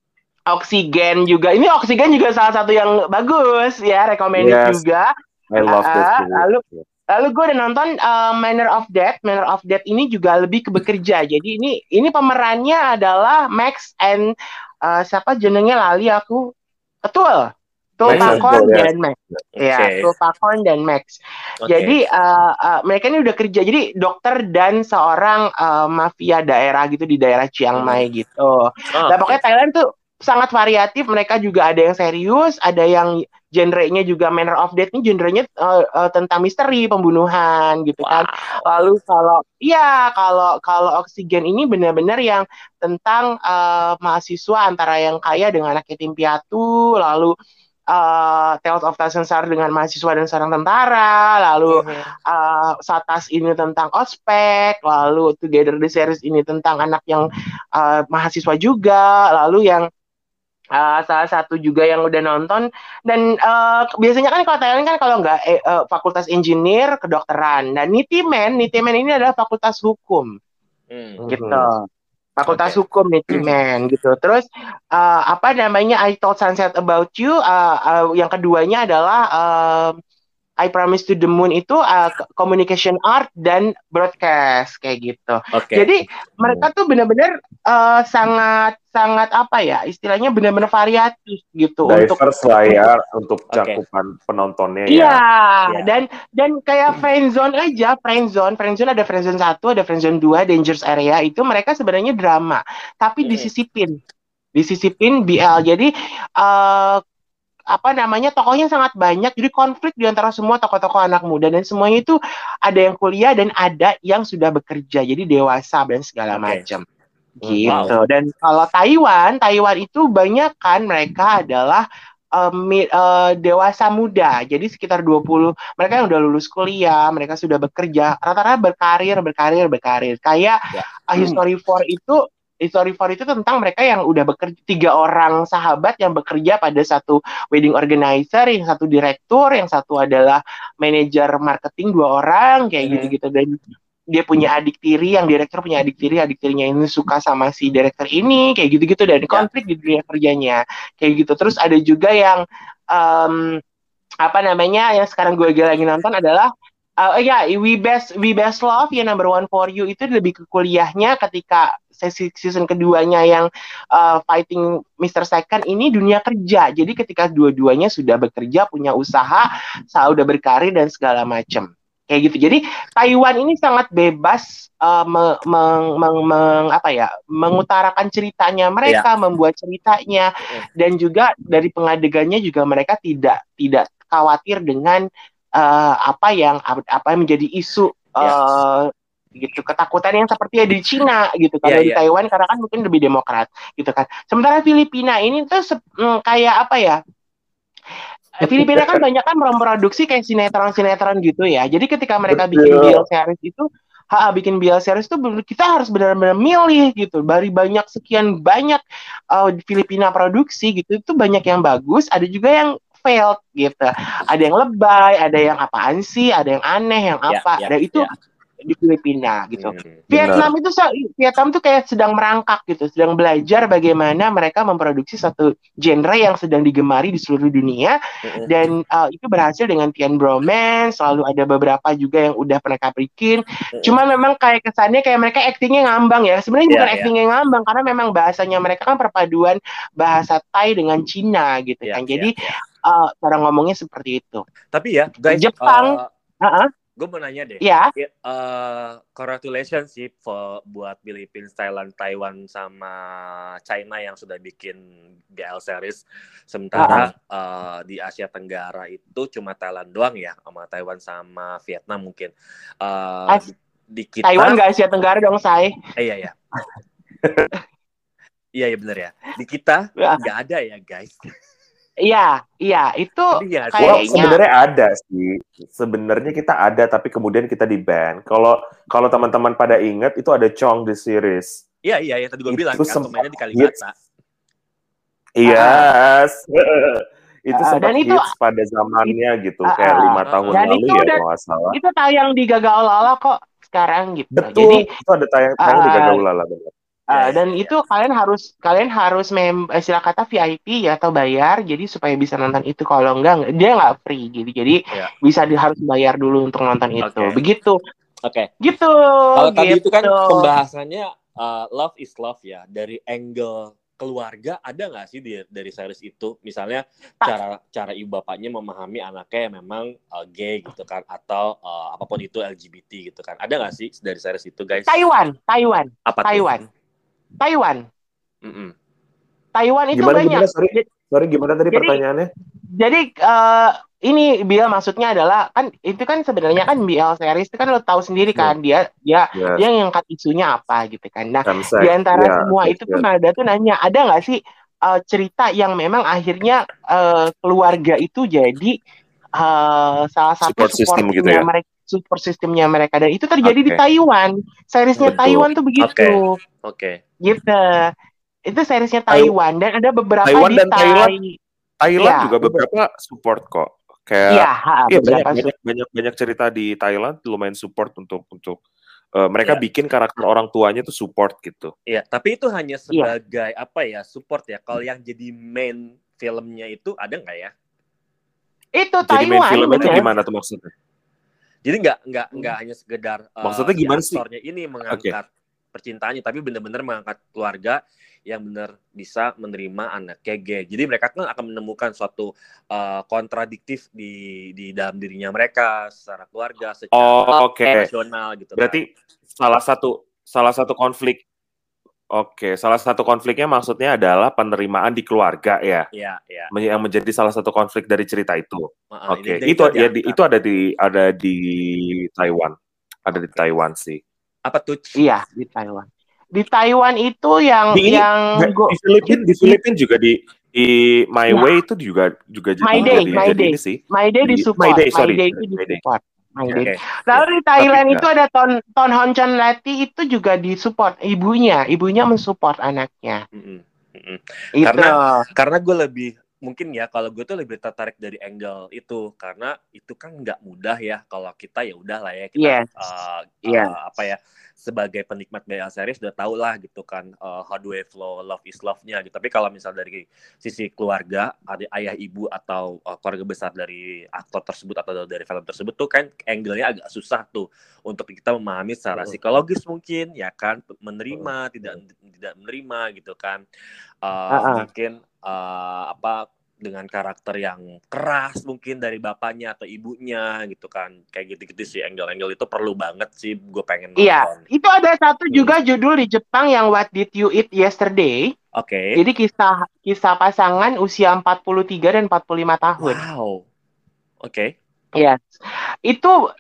Oxygen juga. Ini Oxygen juga salah satu yang bagus ya, recommended yes. juga. I love uh, this. Lalu Lalu gue udah nonton uh, Manner of Death. Manner of Death ini juga lebih ke bekerja. Jadi ini ini pemerannya adalah Max and uh, siapa jenengnya lali aku. Betul. Tulpakorn dan Max. Ya, Tulpakorn dan Max. Okay. Jadi uh, uh, mereka ini udah kerja. Jadi dokter dan seorang uh, mafia daerah gitu di daerah Chiang Mai gitu. Oh, nah pokoknya okay. Thailand tuh sangat variatif. Mereka juga ada yang serius, ada yang genre-nya juga Manner of Death ini genre-nya uh, uh, tentang misteri, pembunuhan gitu kan. Wow. Lalu kalau iya kalau kalau Oxygen ini benar-benar yang tentang uh, mahasiswa antara yang kaya dengan anak yatim piatu, lalu uh, Tales of Thousand Stars dengan mahasiswa dan seorang tentara, lalu uh-huh. uh, Satas ini tentang ospek, lalu Together the Series ini tentang anak yang uh, mahasiswa juga, lalu yang Uh, salah satu juga yang udah nonton dan uh, biasanya kan kalau Thailand kan kalau nggak eh, uh, fakultas engineer kedokteran, dan Nitimen Nitimen ini adalah fakultas hukum hmm. gitu fakultas okay. hukum Nitimen gitu. Terus uh, apa namanya I Thought Sunset About You uh, uh, yang keduanya adalah uh, I Promise to the Moon itu uh, communication art dan broadcast kayak gitu. Okay. Jadi mereka tuh benar-benar uh, sangat sangat apa ya istilahnya benar-benar variatif gitu. Diverse untuk lah ya untuk cakupan okay. penontonnya ya. Iya yeah. dan dan kayak friendzone aja friendzone friendzone ada friendzone satu ada friendzone dua Dangerous Area itu mereka sebenarnya drama tapi hmm. disisipin disisipin B L jadi. Uh, apa namanya tokohnya sangat banyak jadi konflik di antara semua tokoh-tokoh anak muda dan semuanya itu ada yang kuliah dan ada yang sudah bekerja jadi dewasa dan segala okay. macam gitu. Wow. Dan kalau Taiwan Taiwan itu banyak kan mereka adalah um, uh, dewasa muda jadi sekitar dua puluh mereka yang udah lulus kuliah mereka sudah bekerja rata-rata berkarir berkarir berkarir kayak yeah. uh, History four itu History four itu tentang mereka yang udah bekerja, tiga orang sahabat yang bekerja pada satu wedding organizer, yang satu direktur, yang satu adalah manajer marketing, dua orang, kayak mm-hmm. gitu-gitu. Dan dia punya adik tiri, yang direktur punya adik tiri, adik tirinya ini suka sama si direktur ini, kayak gitu-gitu. Dan yeah. konflik di dunia kerjanya, kayak gitu. Terus ada juga yang, um, apa namanya, yang sekarang gue lagi nonton adalah, Uh, ya, yeah, We Best We Best Love ya Number One for You itu lebih ke kuliahnya ketika sesi season keduanya yang uh, Fighting mister Second ini dunia kerja. Jadi ketika dua-duanya sudah bekerja, punya usaha, sudah berkarir dan segala macam. Kayak gitu. Jadi Taiwan ini sangat bebas uh, meng, meng, meng, meng, apa ya, mengutarakan ceritanya mereka, yeah. membuat ceritanya yeah. dan juga dari pengadegannya juga mereka tidak tidak khawatir dengan Uh, apa yang apa yang menjadi isu uh, yes. gitu. Ketakutan yang seperti ada di Cina gitu. Kalau yeah, di yeah. Taiwan karena kan mungkin lebih demokrat gitu kan. Sementara Filipina ini tuh se- mm, kayak apa ya? Filipina kan banyak kan memproduksi kayak sinetron-sinetron gitu ya. Jadi ketika mereka Betul. bikin B L series itu, ha, bikin B L series itu kita harus benar-benar milih gitu. Dari banyak sekian banyak uh, Filipina produksi gitu, itu banyak yang bagus, ada juga yang failed gitu. Ada yang lebay, ada yang apaan sih, ada yang aneh, yang apa. Yeah, yeah, Dan itu yeah. di Filipina gitu. Hmm, Vietnam benar. itu Vietnam tuh kayak sedang merangkak gitu, sedang belajar bagaimana mereka memproduksi satu genre yang sedang digemari di seluruh dunia hmm. dan uh, itu berhasil dengan Tian Bromance, selalu ada beberapa juga yang udah mereka bikin. Hmm. Cuma memang kayak kesannya kayak mereka actingnya ngambang ya. Sebenarnya yeah, bukan yeah. actingnya ngambang karena memang bahasanya mereka kan perpaduan bahasa Thai dengan Cina gitu yeah, kan. Jadi yeah, yeah. Uh, cara ngomongnya seperti itu. Tapi ya, guys, Jepang, uh, uh-uh. gue mau nanya deh, ya, yeah. uh, congratulations sih for, buat Philippines, Thailand, Taiwan sama China yang sudah bikin B L series. Sementara uh-huh. uh, di Asia Tenggara itu cuma Thailand doang ya, sama Taiwan sama Vietnam mungkin. Uh, As- di, di kita Taiwan nggak Asia Tenggara dong, say. Eh, iya ya. Iya ya benar ya. Di kita nggak ada ya guys. Iya, iya itu ya, kayaknya sebenarnya ada sih. Sebenarnya kita ada tapi kemudian kita di ban. Kalau kalau teman-teman pada ingat itu ada Chong the series. Iya iya ya tadi gue bilang kan mainnya di Kalibata. Iya. Yes. Itu uh, sempat hits itu, pada zamannya it, gitu, uh, kayak lima uh, tahun lalu ya kalau nggak salah. Itu tayang di Gagaulala kok sekarang gitu. Betul. Jadi itu ada tayang-tayang uh, di Gagaulala benar. Uh, dan ya, itu ya. kalian harus kalian harus mem istilah kata V I P ya atau bayar jadi supaya bisa nonton itu. Kalau enggak dia nggak free gitu, jadi ya. bisa di, harus bayar dulu untuk nonton itu okay. begitu. Oke. Okay. Gitu. Kalau gitu. tadi itu kan pembahasannya uh, love is love ya, dari angle keluarga ada nggak sih di, dari series itu, misalnya cara cara ibu bapaknya memahami anaknya yang memang uh, gay gitu kan, atau uh, apapun itu L G B T gitu kan, ada nggak sih dari series itu guys? Taiwan, Taiwan, apa Taiwan. Tuh? Taiwan, Mm-mm. Taiwan itu gimana, banyak. Gimana, sorry, sorry gimana tadi jadi, pertanyaannya? Jadi uh, ini Bill maksudnya adalah kan itu kan sebenarnya kan B L series itu kan lo tahu sendiri kan yeah. dia dia yes. dia yang ngangkat isunya apa gitu kan. Nah Samsek, di antara yeah, semua yeah, itu yeah. tuh ada tuh nanya ada nggak sih uh, cerita yang memang akhirnya uh, keluarga itu jadi uh, salah satu support system gitu ya. mereka. Super sistemnya mereka dan itu terjadi okay. di Taiwan. Seriesnya Betul. Taiwan tuh begitu. Oke. Okay. Okay. Gitu. Itu seriesnya Taiwan dan ada beberapa Taiwan di dan Thai. Thailand. Thailand ya, juga beberapa support kok. Kayak ya, ha, iya, banyak, banyak banyak banyak cerita di Thailand lumayan support untuk untuk uh, mereka ya. bikin karakter orang tuanya tuh support gitu. Iya, tapi itu hanya sebagai ya. apa ya, support ya. Kalau yang jadi main filmnya itu ada nggak ya? Itu jadi Taiwan. Jadi main filmnya itu gimana tuh maksudnya? Jadi nggak nggak nggak hanya sekedar uh, maksudnya gimana si aktornya sih? ini mengangkat okay. percintaannya, tapi benar-benar mengangkat keluarga yang benar bisa menerima anaknya gay. Jadi mereka kan akan menemukan suatu uh, kontradiktif di di dalam dirinya mereka secara keluarga, secara oh, okay. nasional gitu. Berarti kan. salah satu salah satu konflik. Oke, salah satu konfliknya maksudnya adalah penerimaan di keluarga ya. Iya, iya. Yang menjadi salah satu konflik dari cerita itu. Uh, Oke, itu itu, ya, di, itu ada di ada di Taiwan. Ada di Taiwan sih. Apa tuh? Iya, di Taiwan. Di Taiwan itu yang di, yang di, go, di Filipina di Filipina juga di di My nah. Way itu juga juga My Day, jadi, My jadi Day. ini sih. My Day di support. My Day, sorry. My Day itu di support. Okay. Lalu di Thailand Tapi, itu ada Ton Ton Hon Chan Lati itu juga disupport ibunya, ibunya mensupport anaknya. Mm-hmm. Mm-hmm. Itu. Karena karena gue lebih mungkin ya kalau gue tuh lebih tertarik dari angle itu karena itu kan nggak mudah ya kalau kita ya udah lah ya kita yes. uh, yes. uh, apa ya sebagai penikmat B L series udah tau lah gitu kan uh, how do I flow love is love-nya gitu. Tapi kalau misal dari sisi keluarga, ada ayah ibu atau uh, keluarga besar dari aktor tersebut atau dari film tersebut tuh kan angle-nya agak susah tuh untuk kita memahami secara psikologis mungkin ya kan, menerima tidak tidak menerima gitu kan. Uh, uh-uh. Mungkin uh, apa dengan karakter yang keras mungkin dari bapaknya atau ibunya gitu kan, kayak gitu-gitu sih, angle-angle itu perlu banget sih, gue pengen nonton. Iya, itu ada satu hmm. juga judul di Jepang yang What Did You Eat Yesterday. Oke. Okay. Jadi kisah kisah pasangan usia empat puluh tiga dan empat puluh lima tahun. Wow. Oke. Okay. Iya, yes. Itu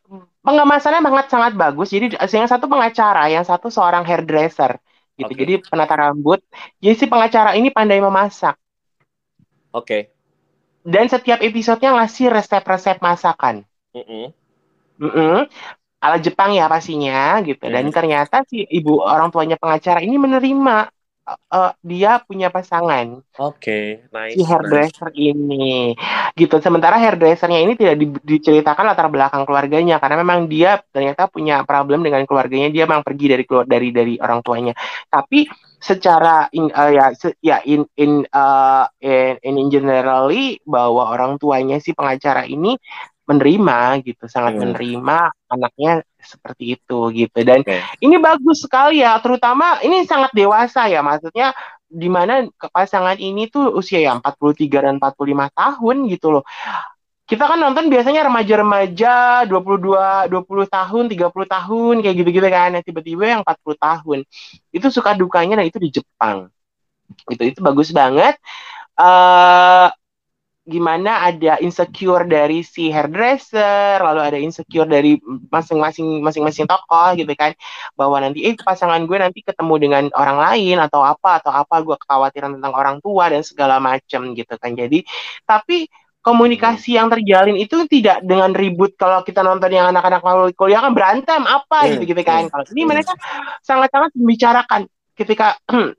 pengemasannya sangat sangat bagus. Jadi yang satu pengacara, yang satu seorang hairdresser gitu. Okay. Jadi penata rambut. Jadi si pengacara ini pandai memasak. Oke. Okay. Dan setiap episodenya ngasih resep-resep masakan. Mm-mm. Mm-mm. Ala Jepang ya pastinya gitu. Dan Mm. ternyata si ibu orang tuanya pengacara ini menerima uh, dia punya pasangan. Oke, okay, nice. Si hairdresser nice. ini, gitu. Sementara hairdressernya ini tidak di, diceritakan latar belakang keluarganya karena memang dia ternyata punya problem dengan keluarganya. Dia memang pergi dari keluar dari dari orang tuanya. Tapi secara in, uh, ya se, ya in in, uh, in in generally bahwa orang tuanya si pengacara ini menerima gitu, sangat hmm. menerima anaknya seperti itu gitu. Dan okay. ini bagus sekali ya, terutama ini sangat dewasa ya, maksudnya di mana pasangan ini tuh usia ya empat puluh tiga dan empat puluh lima tahun gitu loh. Kita kan nonton biasanya remaja-remaja dua puluh dua, dua puluh tahun, tiga puluh tahun kayak gitu-gitu kan. Nah, tiba-tiba yang empat puluh tahun. Itu suka dukanya, dan itu di Jepang. Itu itu bagus banget. Uh, gimana ada insecure dari si hairdresser, lalu ada insecure dari masing-masing masing-masing tokoh gitu kan, bahwa nanti eh pasangan gue nanti ketemu dengan orang lain atau apa atau apa, gue kekhawatiran tentang orang tua dan segala macam gitu kan. Jadi tapi komunikasi yang terjalin itu tidak dengan ribut. Kalau kita nonton yang anak-anak kuliah kan berantem apa gitu gitu kan. Kalau ini mereka sangat-sangat membicarakan ketika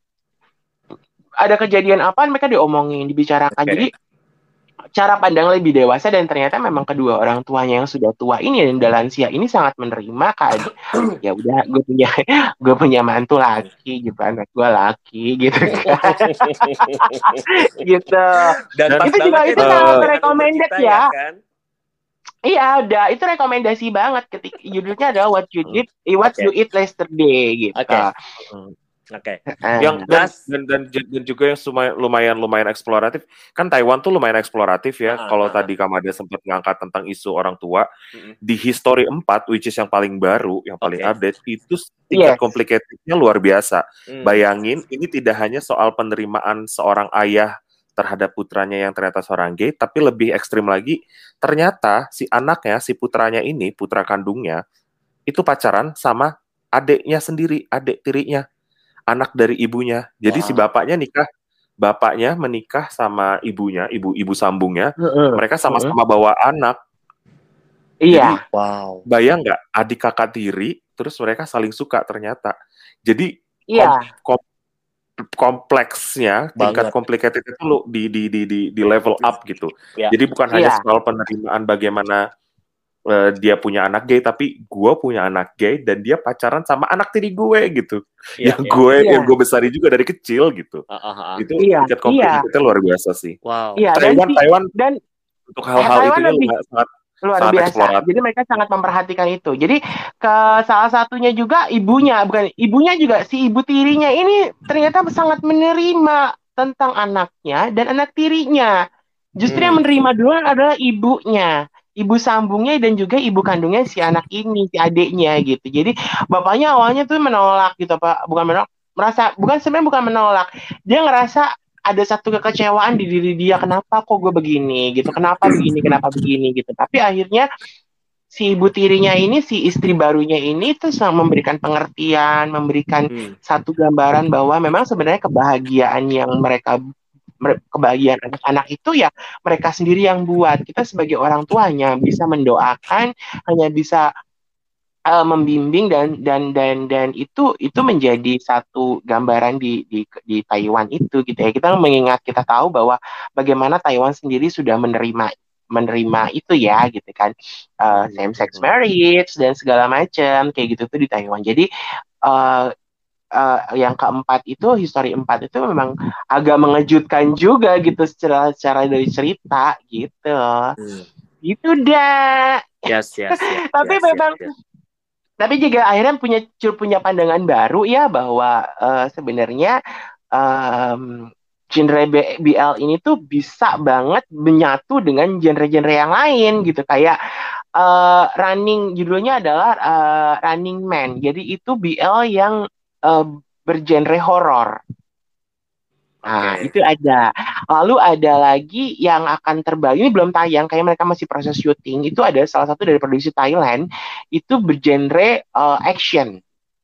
ada kejadian apa mereka diomongin, dibicarakan. Okay. Jadi cara pandang lebih dewasa, dan ternyata memang kedua orang tuanya yang sudah tua ini dan udah lansia ini sangat menerima kan. Ya udah, gue punya gue punya mantu laki gitu, anak gue laki gitu kan. Gitu. Dan itu juga itu sangat recommended ya. ya kan? Iya, udah itu rekomendasi banget. Ketika judulnya adalah What You Did, What okay. You Eat Yesterday gitu. Okay. Hmm. Oke. Okay. Uh, yang dan, dan, dan dan juga yang lumayan lumayan eksploratif. Kan Taiwan tuh lumayan eksploratif ya. Uh, Kalau uh, tadi Kamada sempat ngangkat tentang isu orang tua, uh, di History empat, which is yang paling baru, yang paling okay. update, itu tingkat yes. complicatednya luar biasa. Uh. Bayangin, ini tidak hanya soal penerimaan seorang ayah terhadap putranya yang ternyata seorang gay, tapi lebih ekstrim lagi, ternyata si anaknya, si putranya ini, putra kandungnya, itu pacaran sama adiknya sendiri, adik tirinya. Anak dari ibunya. Jadi wow. si bapaknya nikah, bapaknya menikah sama ibunya, ibu ibu sambungnya. Uh, uh, mereka sama-sama uh. bawa anak. Iya. Jadi, wow. Bayang nggak adik kakak tiri, terus mereka saling suka ternyata. Jadi iya. kom, kom, kompleksnya, banget. Tingkat complicated itu lo di di di di di level up gitu. Yeah. Jadi bukan hanya yeah. soal penerimaan bagaimana Uh, dia punya anak gay, tapi gue punya anak gay dan dia pacaran sama anak tiri gue gitu, yeah, yang yeah. gue yeah. yang gue besari juga dari kecil gitu. Uh, uh, uh. Itu yeah. tingkat komplikasinya yeah. luar biasa sih. Wow. Yeah, Taiwan, dan Taiwan dan untuk hal-hal itu lebih, sangat luar sangat biasa. Eksploratif. Jadi mereka sangat memperhatikan itu. Jadi ke salah satunya juga ibunya, bukan ibunya juga si ibu tirinya ini ternyata sangat menerima tentang anaknya dan anak tirinya. Justru hmm. yang menerima duluan adalah ibunya. Ibu sambungnya dan juga ibu kandungnya si anak ini, si adiknya gitu. Jadi bapaknya awalnya tuh menolak gitu, Pak. Bukan menolak, merasa bukan sebenarnya bukan menolak. Dia ngerasa ada satu kekecewaan di diri dia, kenapa kok gue begini gitu, kenapa begini, kenapa begini gitu. Tapi akhirnya si ibu tirinya ini, si istri barunya ini tuh memberikan pengertian, memberikan hmm. satu gambaran bahwa memang sebenarnya kebahagiaan yang mereka kebahagiaan anak-anak itu ya mereka sendiri yang buat. Kita sebagai orang tuanya bisa mendoakan, hanya bisa uh, membimbing dan dan dan dan itu itu menjadi satu gambaran di di di Taiwan itu gitu ya. Kita mengingat, kita tahu bahwa bagaimana Taiwan sendiri sudah menerima menerima itu ya gitu kan, uh, same sex marriage dan segala macam kayak gitu tuh di Taiwan. Jadi uh, Uh, yang keempat itu, History empat itu memang agak mengejutkan juga gitu secara secara dari cerita gitu. Hmm. Gitu dah. Yes, yes, yes. Tapi yes, memang yes, yes. tapi juga akhirnya punya punya pandangan baru ya bahwa uh, sebenarnya um, genre B L ini tuh bisa banget menyatu dengan genre-genre yang lain gitu, kayak uh, Running, judulnya adalah uh, Running Man. Jadi itu B L yang Uh, bergenre horor. Nah, okay. itu ada. Lalu ada lagi yang akan terbang, ini belum tayang, kayak mereka masih proses syuting. Itu ada salah satu dari produksi Thailand, itu bergenre uh, action.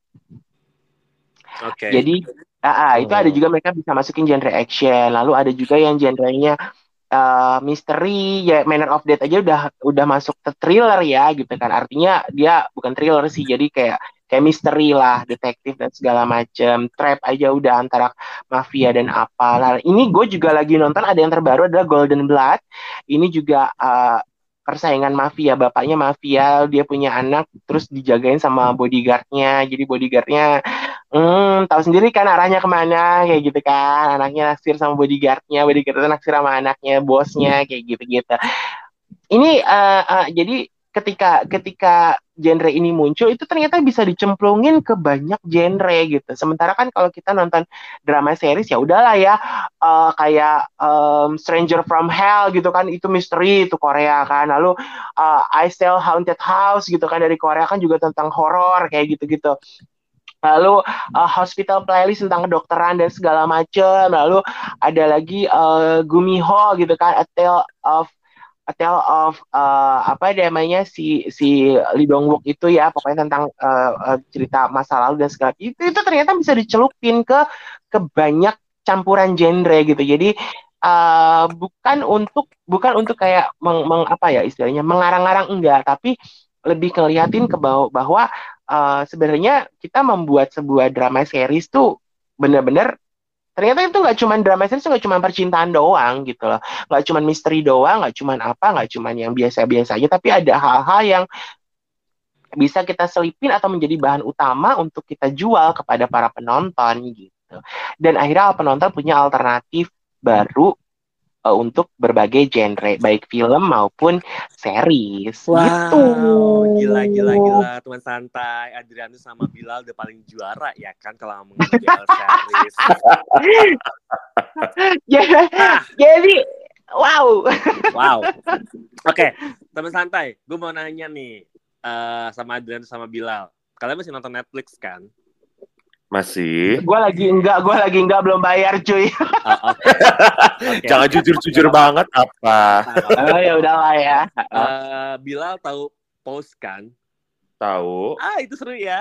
Oke. Okay. Jadi uh, itu ada juga mereka bisa masukin genre action. Lalu ada juga yang genrenya uh, misteri, ya Manner of Death aja udah udah masuk ke thriller ya gitu kan. Artinya dia bukan thriller sih, jadi kayak kayak misteri lah, detektif dan segala macam. Trap aja udah antara mafia dan apa. Nah, ini gue juga lagi nonton, ada yang terbaru adalah Golden Blood. Ini juga uh, persaingan mafia, bapaknya mafia, dia punya anak, terus dijagain sama bodyguardnya. Jadi bodyguardnya, hmm, tahu sendiri kan arahnya kemana, kayak gitu kan. Anaknya naksir sama bodyguardnya, bodyguardnya naksir sama anaknya, bosnya, kayak gitu-gitu. Ini uh, uh, jadi ketika ketika genre ini muncul, itu ternyata bisa dicemplungin ke banyak genre gitu. Sementara kan kalau kita nonton drama series ya udahlah ya, uh, kayak um, Stranger from Hell gitu kan, itu misteri, itu Korea kan. Lalu uh, I Still Haunted House gitu kan, dari Korea kan juga tentang horor kayak gitu-gitu. Lalu uh, Hospital Playlist tentang kedokteran dan segala macam. Lalu ada lagi uh, Gumiho gitu kan, A Tale of A Tale of uh, apa namanya si si Lee Dong Wook itu ya, pokoknya tentang uh, uh, cerita masa lalu dan segala itu itu ternyata bisa dicelupin ke ke banyak campuran genre gitu. Jadi uh, bukan untuk bukan untuk kayak meng, meng apa ya istilahnya mengarang-arang, enggak, tapi lebih ngeliatin ke bahwa, bahwa uh, sebenarnya kita membuat sebuah drama series tuh benar-benar ternyata itu nggak cuma drama series, nggak cuma percintaan doang gitu loh, nggak cuma misteri doang, nggak cuma apa, nggak cuma yang biasa-biasa aja, tapi ada hal-hal yang bisa kita selipin atau menjadi bahan utama untuk kita jual kepada para penonton gitu. Dan akhirnya penonton punya alternatif baru uh, untuk berbagai genre, baik film maupun series. Wow, gitu. Gila, gila, gila. Teman santai, Adrianus sama Bilal udah paling juara ya kan kalau ngomongin B L series. Jadi, wow. Wow. Oke, okay, teman santai. Gue mau nanya nih uh, sama Adrianus sama Bilal. Kalian masih nonton Netflix kan? Masih. Gue lagi enggak, gue lagi enggak, belum bayar cuy. Oh, okay. Okay. Jangan jujur-jujur banget apa. Oh ya udahlah ya. Uh, Bilal tahu Pose kan? Tahu. Ah itu seru ya.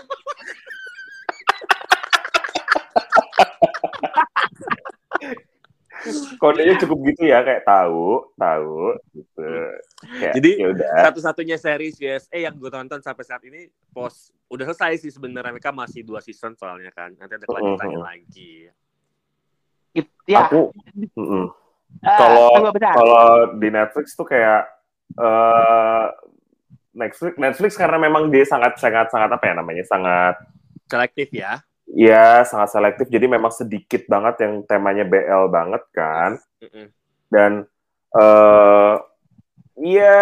Kodenya cukup gitu ya, kayak tahu, tahu gitu. Kayak, jadi yaudah. Satu-satunya series U S A yang gue tonton sampai saat ini Pose udah selesai sih sebenarnya, mereka masih dua season soalnya kan. Nanti ada kelanjutannya uh-huh. lagi. It, ya. Aku kalau uh, kalau di Netflix tuh kayak uh, Netflix Netflix karena memang dia sangat sangat sangat apa ya namanya sangat selektif ya. Iya, sangat selektif. Jadi memang sedikit banget yang temanya B L banget kan. Mm-mm. Dan uh, ya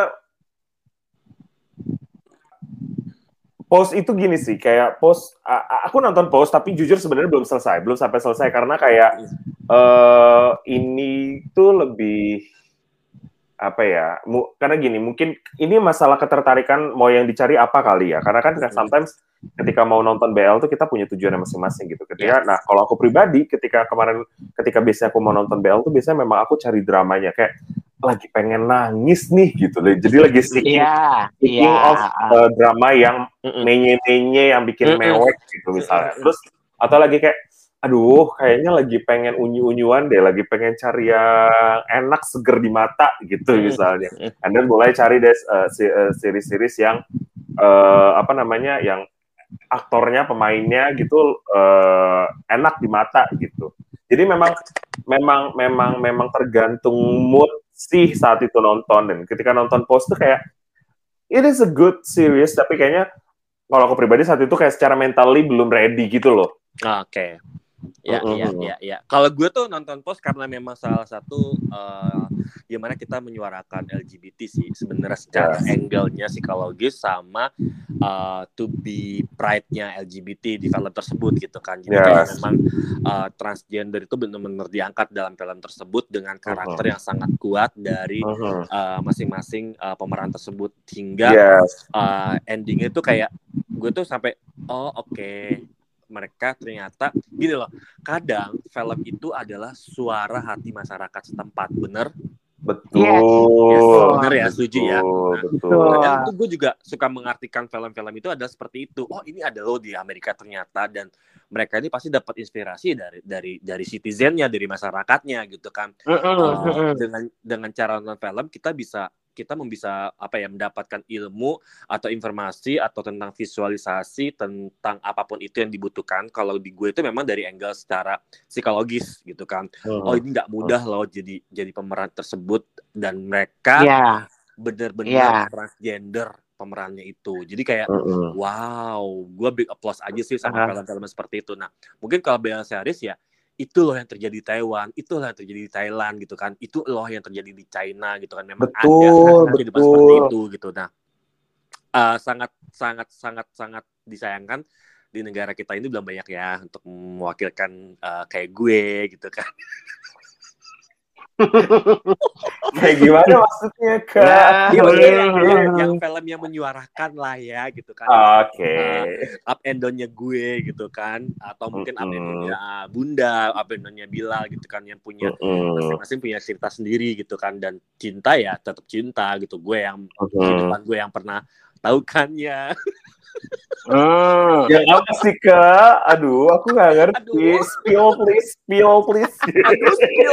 Pose itu gini sih, kayak Pose, aku nonton Pose tapi jujur sebenarnya belum selesai, belum sampai selesai karena kayak uh, ini tuh lebih apa ya, mu, karena gini, mungkin ini masalah ketertarikan mau yang dicari apa kali ya, karena kan sometimes ketika mau nonton B L tuh kita punya tujuan masing-masing gitu. Ketika, yeah. Nah kalau aku pribadi, ketika kemarin, ketika biasanya aku mau nonton B L tuh biasanya memang aku cari dramanya, kayak lagi pengen nangis nih gitu, jadi lagi seeking, yeah, seeking yeah. of uh, drama yang menye-menye, yang bikin mewek gitu misalnya. Terus atau lagi kayak, aduh kayaknya lagi pengen unyu-unyuan deh, lagi pengen cari yang enak, seger di mata gitu misalnya. And then mulai cari deh uh, series-series yang uh, apa namanya, yang aktornya, pemainnya gitu uh, enak di mata gitu. Jadi memang memang memang memang tergantung mood sih saat itu nonton. Dan ketika nonton Pose tuh kayak it is a good series, tapi kayaknya kalau aku pribadi saat itu kayak secara mentally belum ready gitu loh. Oke. Okay. Ya, uh-huh. ya, ya, ya. Kalau gue tuh nonton Pose karena memang salah satu uh, gimana kita menyuarakan L G B T sih sebenarnya secara yes. angle-nya psikologis sama uh, to be pride-nya L G B T di film tersebut gitu kan. Jadi yes. kayak memang uh, transgender itu benar-benar diangkat dalam film tersebut dengan karakter uh-huh. yang sangat kuat dari uh-huh. uh, masing-masing uh, pemeran tersebut hingga yes. uh, ending-nya tuh kayak gue tuh sampai oh oke okay. mereka ternyata gini loh, kadang film itu adalah suara hati masyarakat setempat, bener? Betul. Yes. Yes, bener ya, setuju ya. Nah, Betul. kadang tuh gue juga suka mengartikan film-film itu adalah seperti itu. Oh, ini ada loh di Amerika ternyata, dan mereka ini pasti dapat inspirasi dari dari dari citizennya, dari masyarakatnya gitu kan. Uh, dengan dengan cara nonton film kita bisa kita bisa apa ya mendapatkan ilmu atau informasi atau tentang visualisasi tentang apapun itu yang dibutuhkan. Kalau di gue itu memang dari angle secara psikologis gitu kan. Uh-huh. Oh, ini nggak mudah loh jadi jadi pemeran tersebut, dan mereka yeah. benar-benar yeah. transgender pemerannya itu. Jadi kayak uh-uh. wow, gue big applause aja sih sama uh-huh. film-film seperti itu. Nah, mungkin kalau Bella Series ya itu loh yang terjadi di Taiwan, itu loh yang terjadi di Thailand gitu kan, itu loh yang terjadi di China gitu kan, memang betul, ada kehidupan seperti itu gitu. Nah, uh, sangat sangat sangat sangat disayangkan di negara kita ini belum banyak ya untuk mewakilkan uh, kayak gue gitu kan. Kayak gimana maksudnya Kak? Nah, ya, yang, yang, yang film yang menyuarakan lah ya gitu kan. Oke. Okay. Uh, up and down-nya gue gitu kan, atau mungkin mm-hmm. up and down-nya Bunda, up and down-nya Bilal gitu kan, yang punya mm-hmm. masing-masing punya cerita sendiri gitu kan, dan cinta ya tetap cinta gitu. Gue yang mm-hmm. kehidupan gue yang pernah tahu kan ya. Hmm. Yang apa sih Kak? Aduh, aku nggak ngerti. Aduh. Spill please, spill please. Aduh, spill.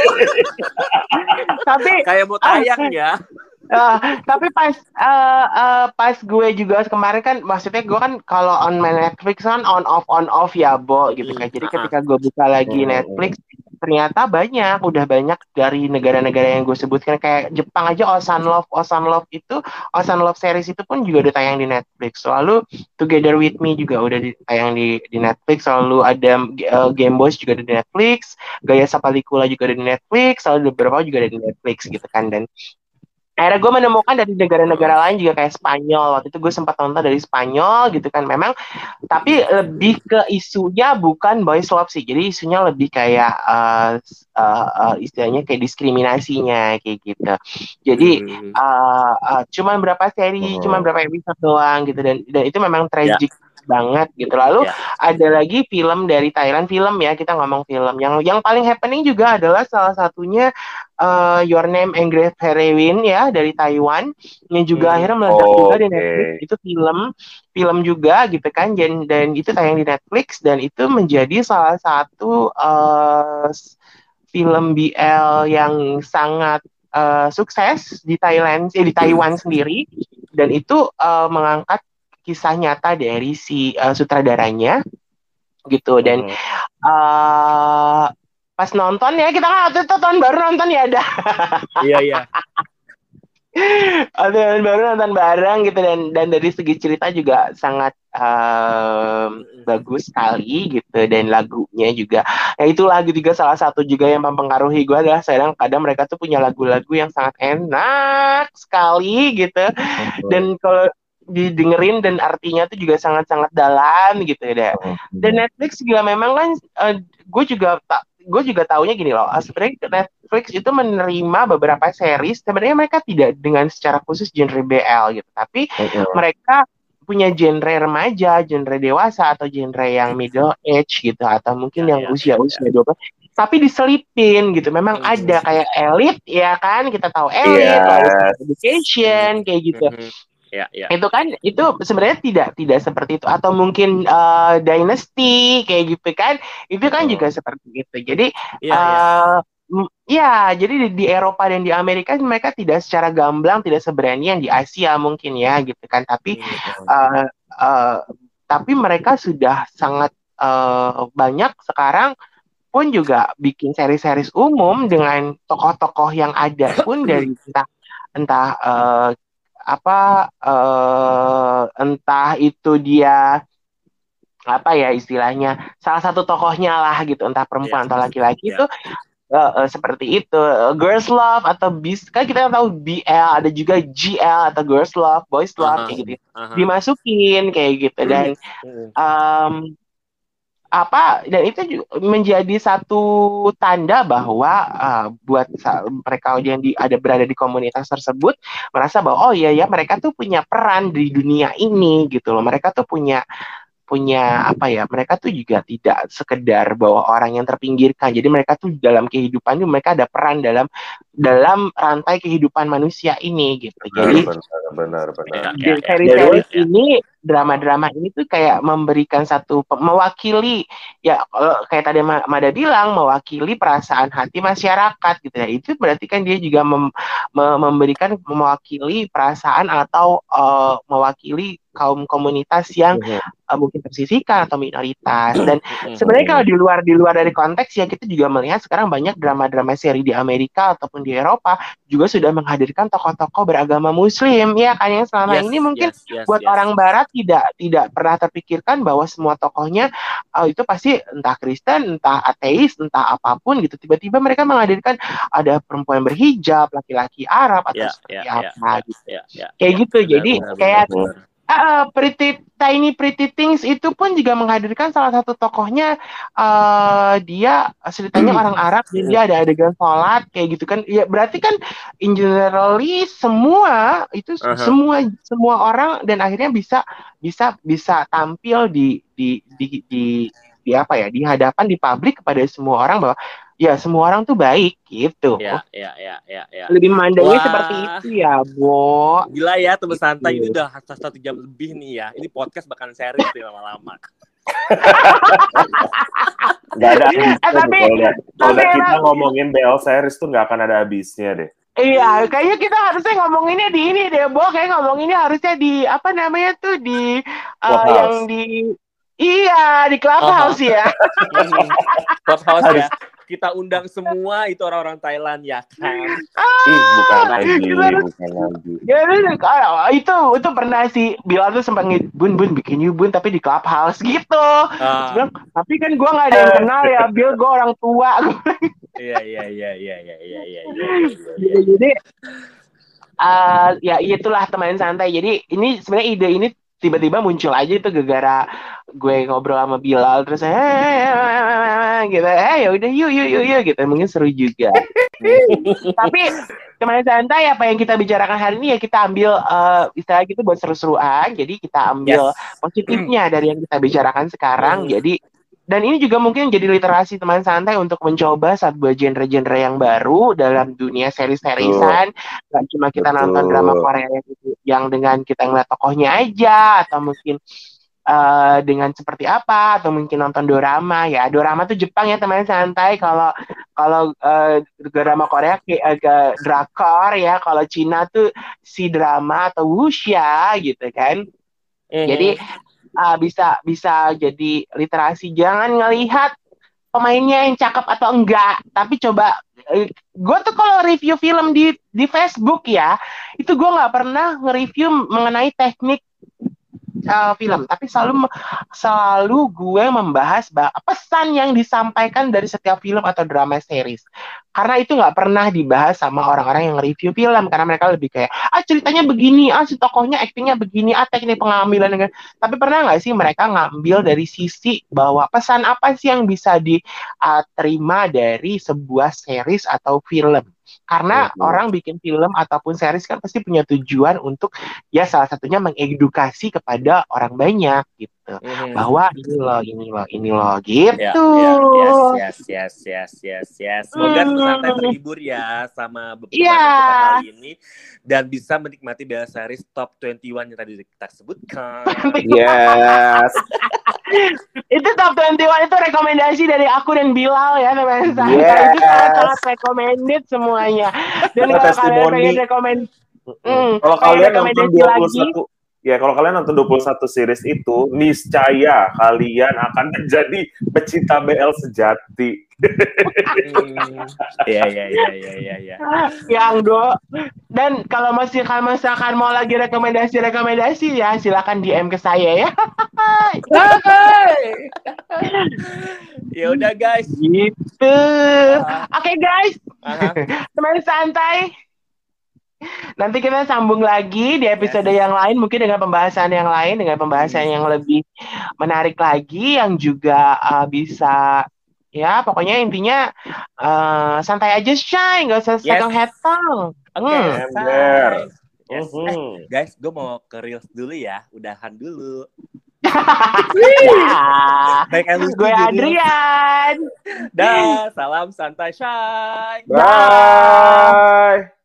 Tapi kayak mau tayang uh, ya. Uh, tapi pas uh, uh, pas gue juga kemarin kan, maksudnya gue kan kalau on Netflix kan on off on off ya Bo gitu kan. Jadi ketika gue buka lagi Netflix, ternyata banyak, udah banyak dari negara-negara yang gue sebutkan, kayak Jepang aja Ocean Love, Ocean Love itu, Ocean Love series itu pun juga udah tayang di Netflix. Lalu Together With Me juga udah tayang di, di Netflix. Lalu ada uh, Game Boys juga ada di Netflix, Gaya Sapalikula juga ada di Netflix, lalu beberapa juga ada di Netflix gitu kan. Dan akhirnya gue menemukan dari negara-negara lain juga kayak Spanyol. Waktu itu gue sempat nonton dari Spanyol gitu kan. Memang, tapi lebih ke isunya bukan boys love sih. Jadi isunya lebih kayak uh, uh, uh, istilahnya kayak diskriminasinya kayak gitu. Jadi uh, uh, cuman berapa seri, cuman berapa episode doang gitu. Dan, dan itu memang tragic. Yeah. banget gitu. Lalu yeah. ada lagi film dari Thailand, film ya, kita ngomong film yang yang paling happening juga adalah salah satunya uh, Your Name Engraved Heroine ya, dari Taiwan, yang juga hmm. akhirnya meledak oh, juga okay. di Netflix. Itu film film juga gitu kan, dan, dan itu tayang di Netflix, dan itu menjadi salah satu uh, film B L yang sangat uh, sukses di Thailand, eh, di Taiwan sendiri, dan itu uh, mengangkat kisah nyata dari si uh, sutradaranya gitu. Dan uh, pas nonton ya, kita kan waktu itu tahun baru nonton ya ada iya iya tahun baru nonton bareng gitu, dan dan dari segi cerita juga sangat uh, bagus sekali gitu, dan lagunya juga ya itu lagu juga salah satu juga yang mempengaruhi gue adalah kadang kadang mereka tuh punya lagu-lagu yang sangat enak sekali gitu, dan kalau didengerin dan artinya tuh juga sangat-sangat dalam gitu ya. Dan Netflix juga memang kan uh, gue juga tak gue juga taunya gini loh, sebenarnya Netflix itu menerima beberapa series sebenarnya mereka tidak dengan secara khusus genre B L gitu, tapi uh-huh. mereka punya genre remaja, genre dewasa, atau genre yang middle age gitu, atau mungkin ya, yang ya, usia-usia ya, dua belas, tapi diselipin gitu. Memang uh-huh. ada kayak Elite ya kan, kita tahu Elite, yes. lalu Education kayak gitu. Uh-huh. Ya, ya. Itu kan itu sebenarnya tidak tidak seperti itu, atau mungkin uh, Dynasty kayak gitu kan, itu kan oh. juga seperti itu. Jadi ya, uh, ya. ya jadi di, di Eropa dan di Amerika mereka tidak secara gamblang, tidak seberani yang di Asia mungkin ya gitu kan, tapi uh, uh, tapi mereka sudah sangat uh, banyak sekarang pun juga bikin seri-seri umum dengan tokoh-tokoh yang ada pun dari entah entah uh, apa uh, entah itu dia apa ya istilahnya salah satu tokohnya lah gitu, entah perempuan yeah. atau laki-laki itu yeah. uh, uh, seperti itu, uh, Girls Love atau bis kan kita tahu B L, ada juga G L atau Girls Love, Boys Love uh-huh. kayak gitu uh-huh. dimasukin kayak gitu, dan um, apa dan itu juga menjadi satu tanda bahwa uh, buat mereka yang di, ada berada di komunitas tersebut merasa bahwa oh iya ya mereka tuh punya peran di dunia ini gitu loh, mereka tuh punya punya apa ya, mereka tuh juga tidak sekedar bahwa orang yang terpinggirkan. Jadi mereka tuh dalam kehidupan tuh mereka ada peran dalam dalam rantai kehidupan manusia ini gitu. Jadi benar benar benar. Ya, ya, seri-seri ya, ya. ini drama-drama ini tuh kayak memberikan satu mewakili ya kalau kayak tadi Mada bilang mewakili perasaan hati masyarakat gitu ya. Itu berarti kan dia juga mem, mem, memberikan mewakili perasaan atau uh, mewakili kaum komunitas yang uh, mungkin tersisihkan atau minoritas. Dan sebenarnya kalau di luar di luar dari konteks ya kita juga melihat sekarang banyak drama-drama seri di Amerika ataupun di Eropa juga sudah menghadirkan tokoh-tokoh beragama Muslim ya kan yang selama yes, ini mungkin yes, yes, buat yes. orang Barat tidak tidak pernah terpikirkan bahwa semua tokohnya uh, itu pasti entah Kristen, entah ateis, entah apapun gitu. Tiba-tiba mereka menghadirkan ada perempuan berhijab, laki-laki Arab atau yeah, seperti yeah, apa yeah, gitu. Yeah, yeah, kayak yeah, gitu. Benar, Jadi benar, kayak benar. Uh, Pretty Tiny Pretty Things itu pun juga menghadirkan salah satu tokohnya uh, dia ceritanya orang Arab dan dia ada adegan sholat kayak gitu kan ya berarti kan in generally semua itu uh-huh. semua semua orang dan akhirnya bisa bisa bisa tampil di di di di, di apa ya di hadapan di publik kepada semua orang bahwa ya semua orang tuh baik gitu. Ya, ya, ya, ya, ya. Lebih memandangnya seperti itu ya, Bo. Gila ya, teman santai ini udah satu jam lebih nih ya. Ini podcast bakalan serius nih lama-lama. Gak ada habisnya. Eh, tapi, kalau tapi, kita tapi, ngomongin B L series tuh gak akan ada habisnya deh. Iya, kayaknya kita harusnya ngomonginnya di ini deh, Bo. Kayak ngomonginnya harusnya di apa namanya tuh di uh, yang di iya di Clubhouse uh-huh. ya. Clubhouse ya. Kita undang semua itu orang-orang Thailand ya kan? Ah, Ih, bukan lagi, bukan lagi. Ya, itu itu pernah sih Bilal tuh sempat ngid, bun bun bikin you bun tapi di Clubhouse gitu. Ah. Bilang, tapi kan gue nggak ada yang kenal ya, Bil gue orang tua. Iya iya iya iya iya iya iya. Jadi uh, ya itulah teman santai. Jadi ini sebenarnya ide ini tiba-tiba muncul aja itu gara-gara gue ngobrol sama Bilal terus eh gitu eh ya udah yuk yuk yuk yuk gitu mungkin seru juga. Tapi teman santai apa yang kita bicarakan hari ini ya kita ambil uh, istilah gitu buat seru-seruan jadi kita ambil yes. positifnya dari yang kita bicarakan sekarang mm. jadi dan ini juga mungkin jadi literasi teman santai untuk mencoba sebuah genre-genre yang baru dalam dunia seri-serisan. Gak cuma kita Betul. nonton drama Korea yang, yang dengan kita ngeliat tokohnya aja, atau mungkin uh, dengan seperti apa, atau mungkin nonton dorama. Ya, dorama tuh Jepang ya teman santai. Kalau kalau uh, drama Korea kayak uh, drakor ya, kalau Cina tuh si drama atau wuxia gitu kan. Mm-hmm. Jadi Uh, bisa bisa jadi literasi. Jangan ngelihat pemainnya yang cakep atau enggak, tapi coba uh, gue tuh kalau review film di di Facebook ya, itu gue nggak pernah nge-review mengenai teknik uh, film, tapi selalu selalu gue membahas bah- pesan yang disampaikan dari setiap film atau drama series. Karena itu nggak pernah dibahas sama orang-orang yang review film karena mereka lebih kayak ah ceritanya begini, ah si tokohnya aktingnya begini, ah teknik pengambilan dengan. Tapi pernah nggak sih mereka ngambil dari sisi bahwa pesan apa sih yang bisa diterima dari sebuah series atau film? Karena mm-hmm. orang bikin film ataupun series kan pasti punya tujuan untuk ya salah satunya mengedukasi kepada orang banyak gitu. Mm-hmm. Bahwa ini loh, ini loh, ini loh gitu. Yeah, yeah, yes, yes, yes, yes, yes. Semoga mm. santai terhibur ya sama beberapa yeah. kita kali ini dan bisa menikmati B L series top dua puluh satu yang tadi kita sebutkan. Yes. Itu top dua puluh satu itu rekomendasi dari aku dan Bilal ya teman saya. Yes. Itu sangat recommended semuanya. Dan kalau kalian pengen rekomend mm, kalau kalian nonton dua puluh satu lagi, ya kalau kalian nonton dua puluh satu series itu niscaya kalian akan menjadi pecinta B L sejati. Iya iya iya iya iya ya. Yang do dan kalau masih kalau misalkan mau lagi rekomendasi-rekomendasi ya silakan D M ke saya ya. Ya udah guys. Gitu. Uh, Oke okay, guys. Uh-huh. Teman santai. Nanti kita sambung lagi di episode yes. yang lain mungkin dengan pembahasan yang lain dengan pembahasan hmm. yang lebih menarik lagi yang juga uh, bisa ya pokoknya intinya uh, santai aja Shay nggak usah second head tong. Oke. Okay, yes. uh-huh. eh, guys gue mau ke reels dulu ya udahan dulu. Baik, gue Adrian. Dah, salam santai Shay. Bye.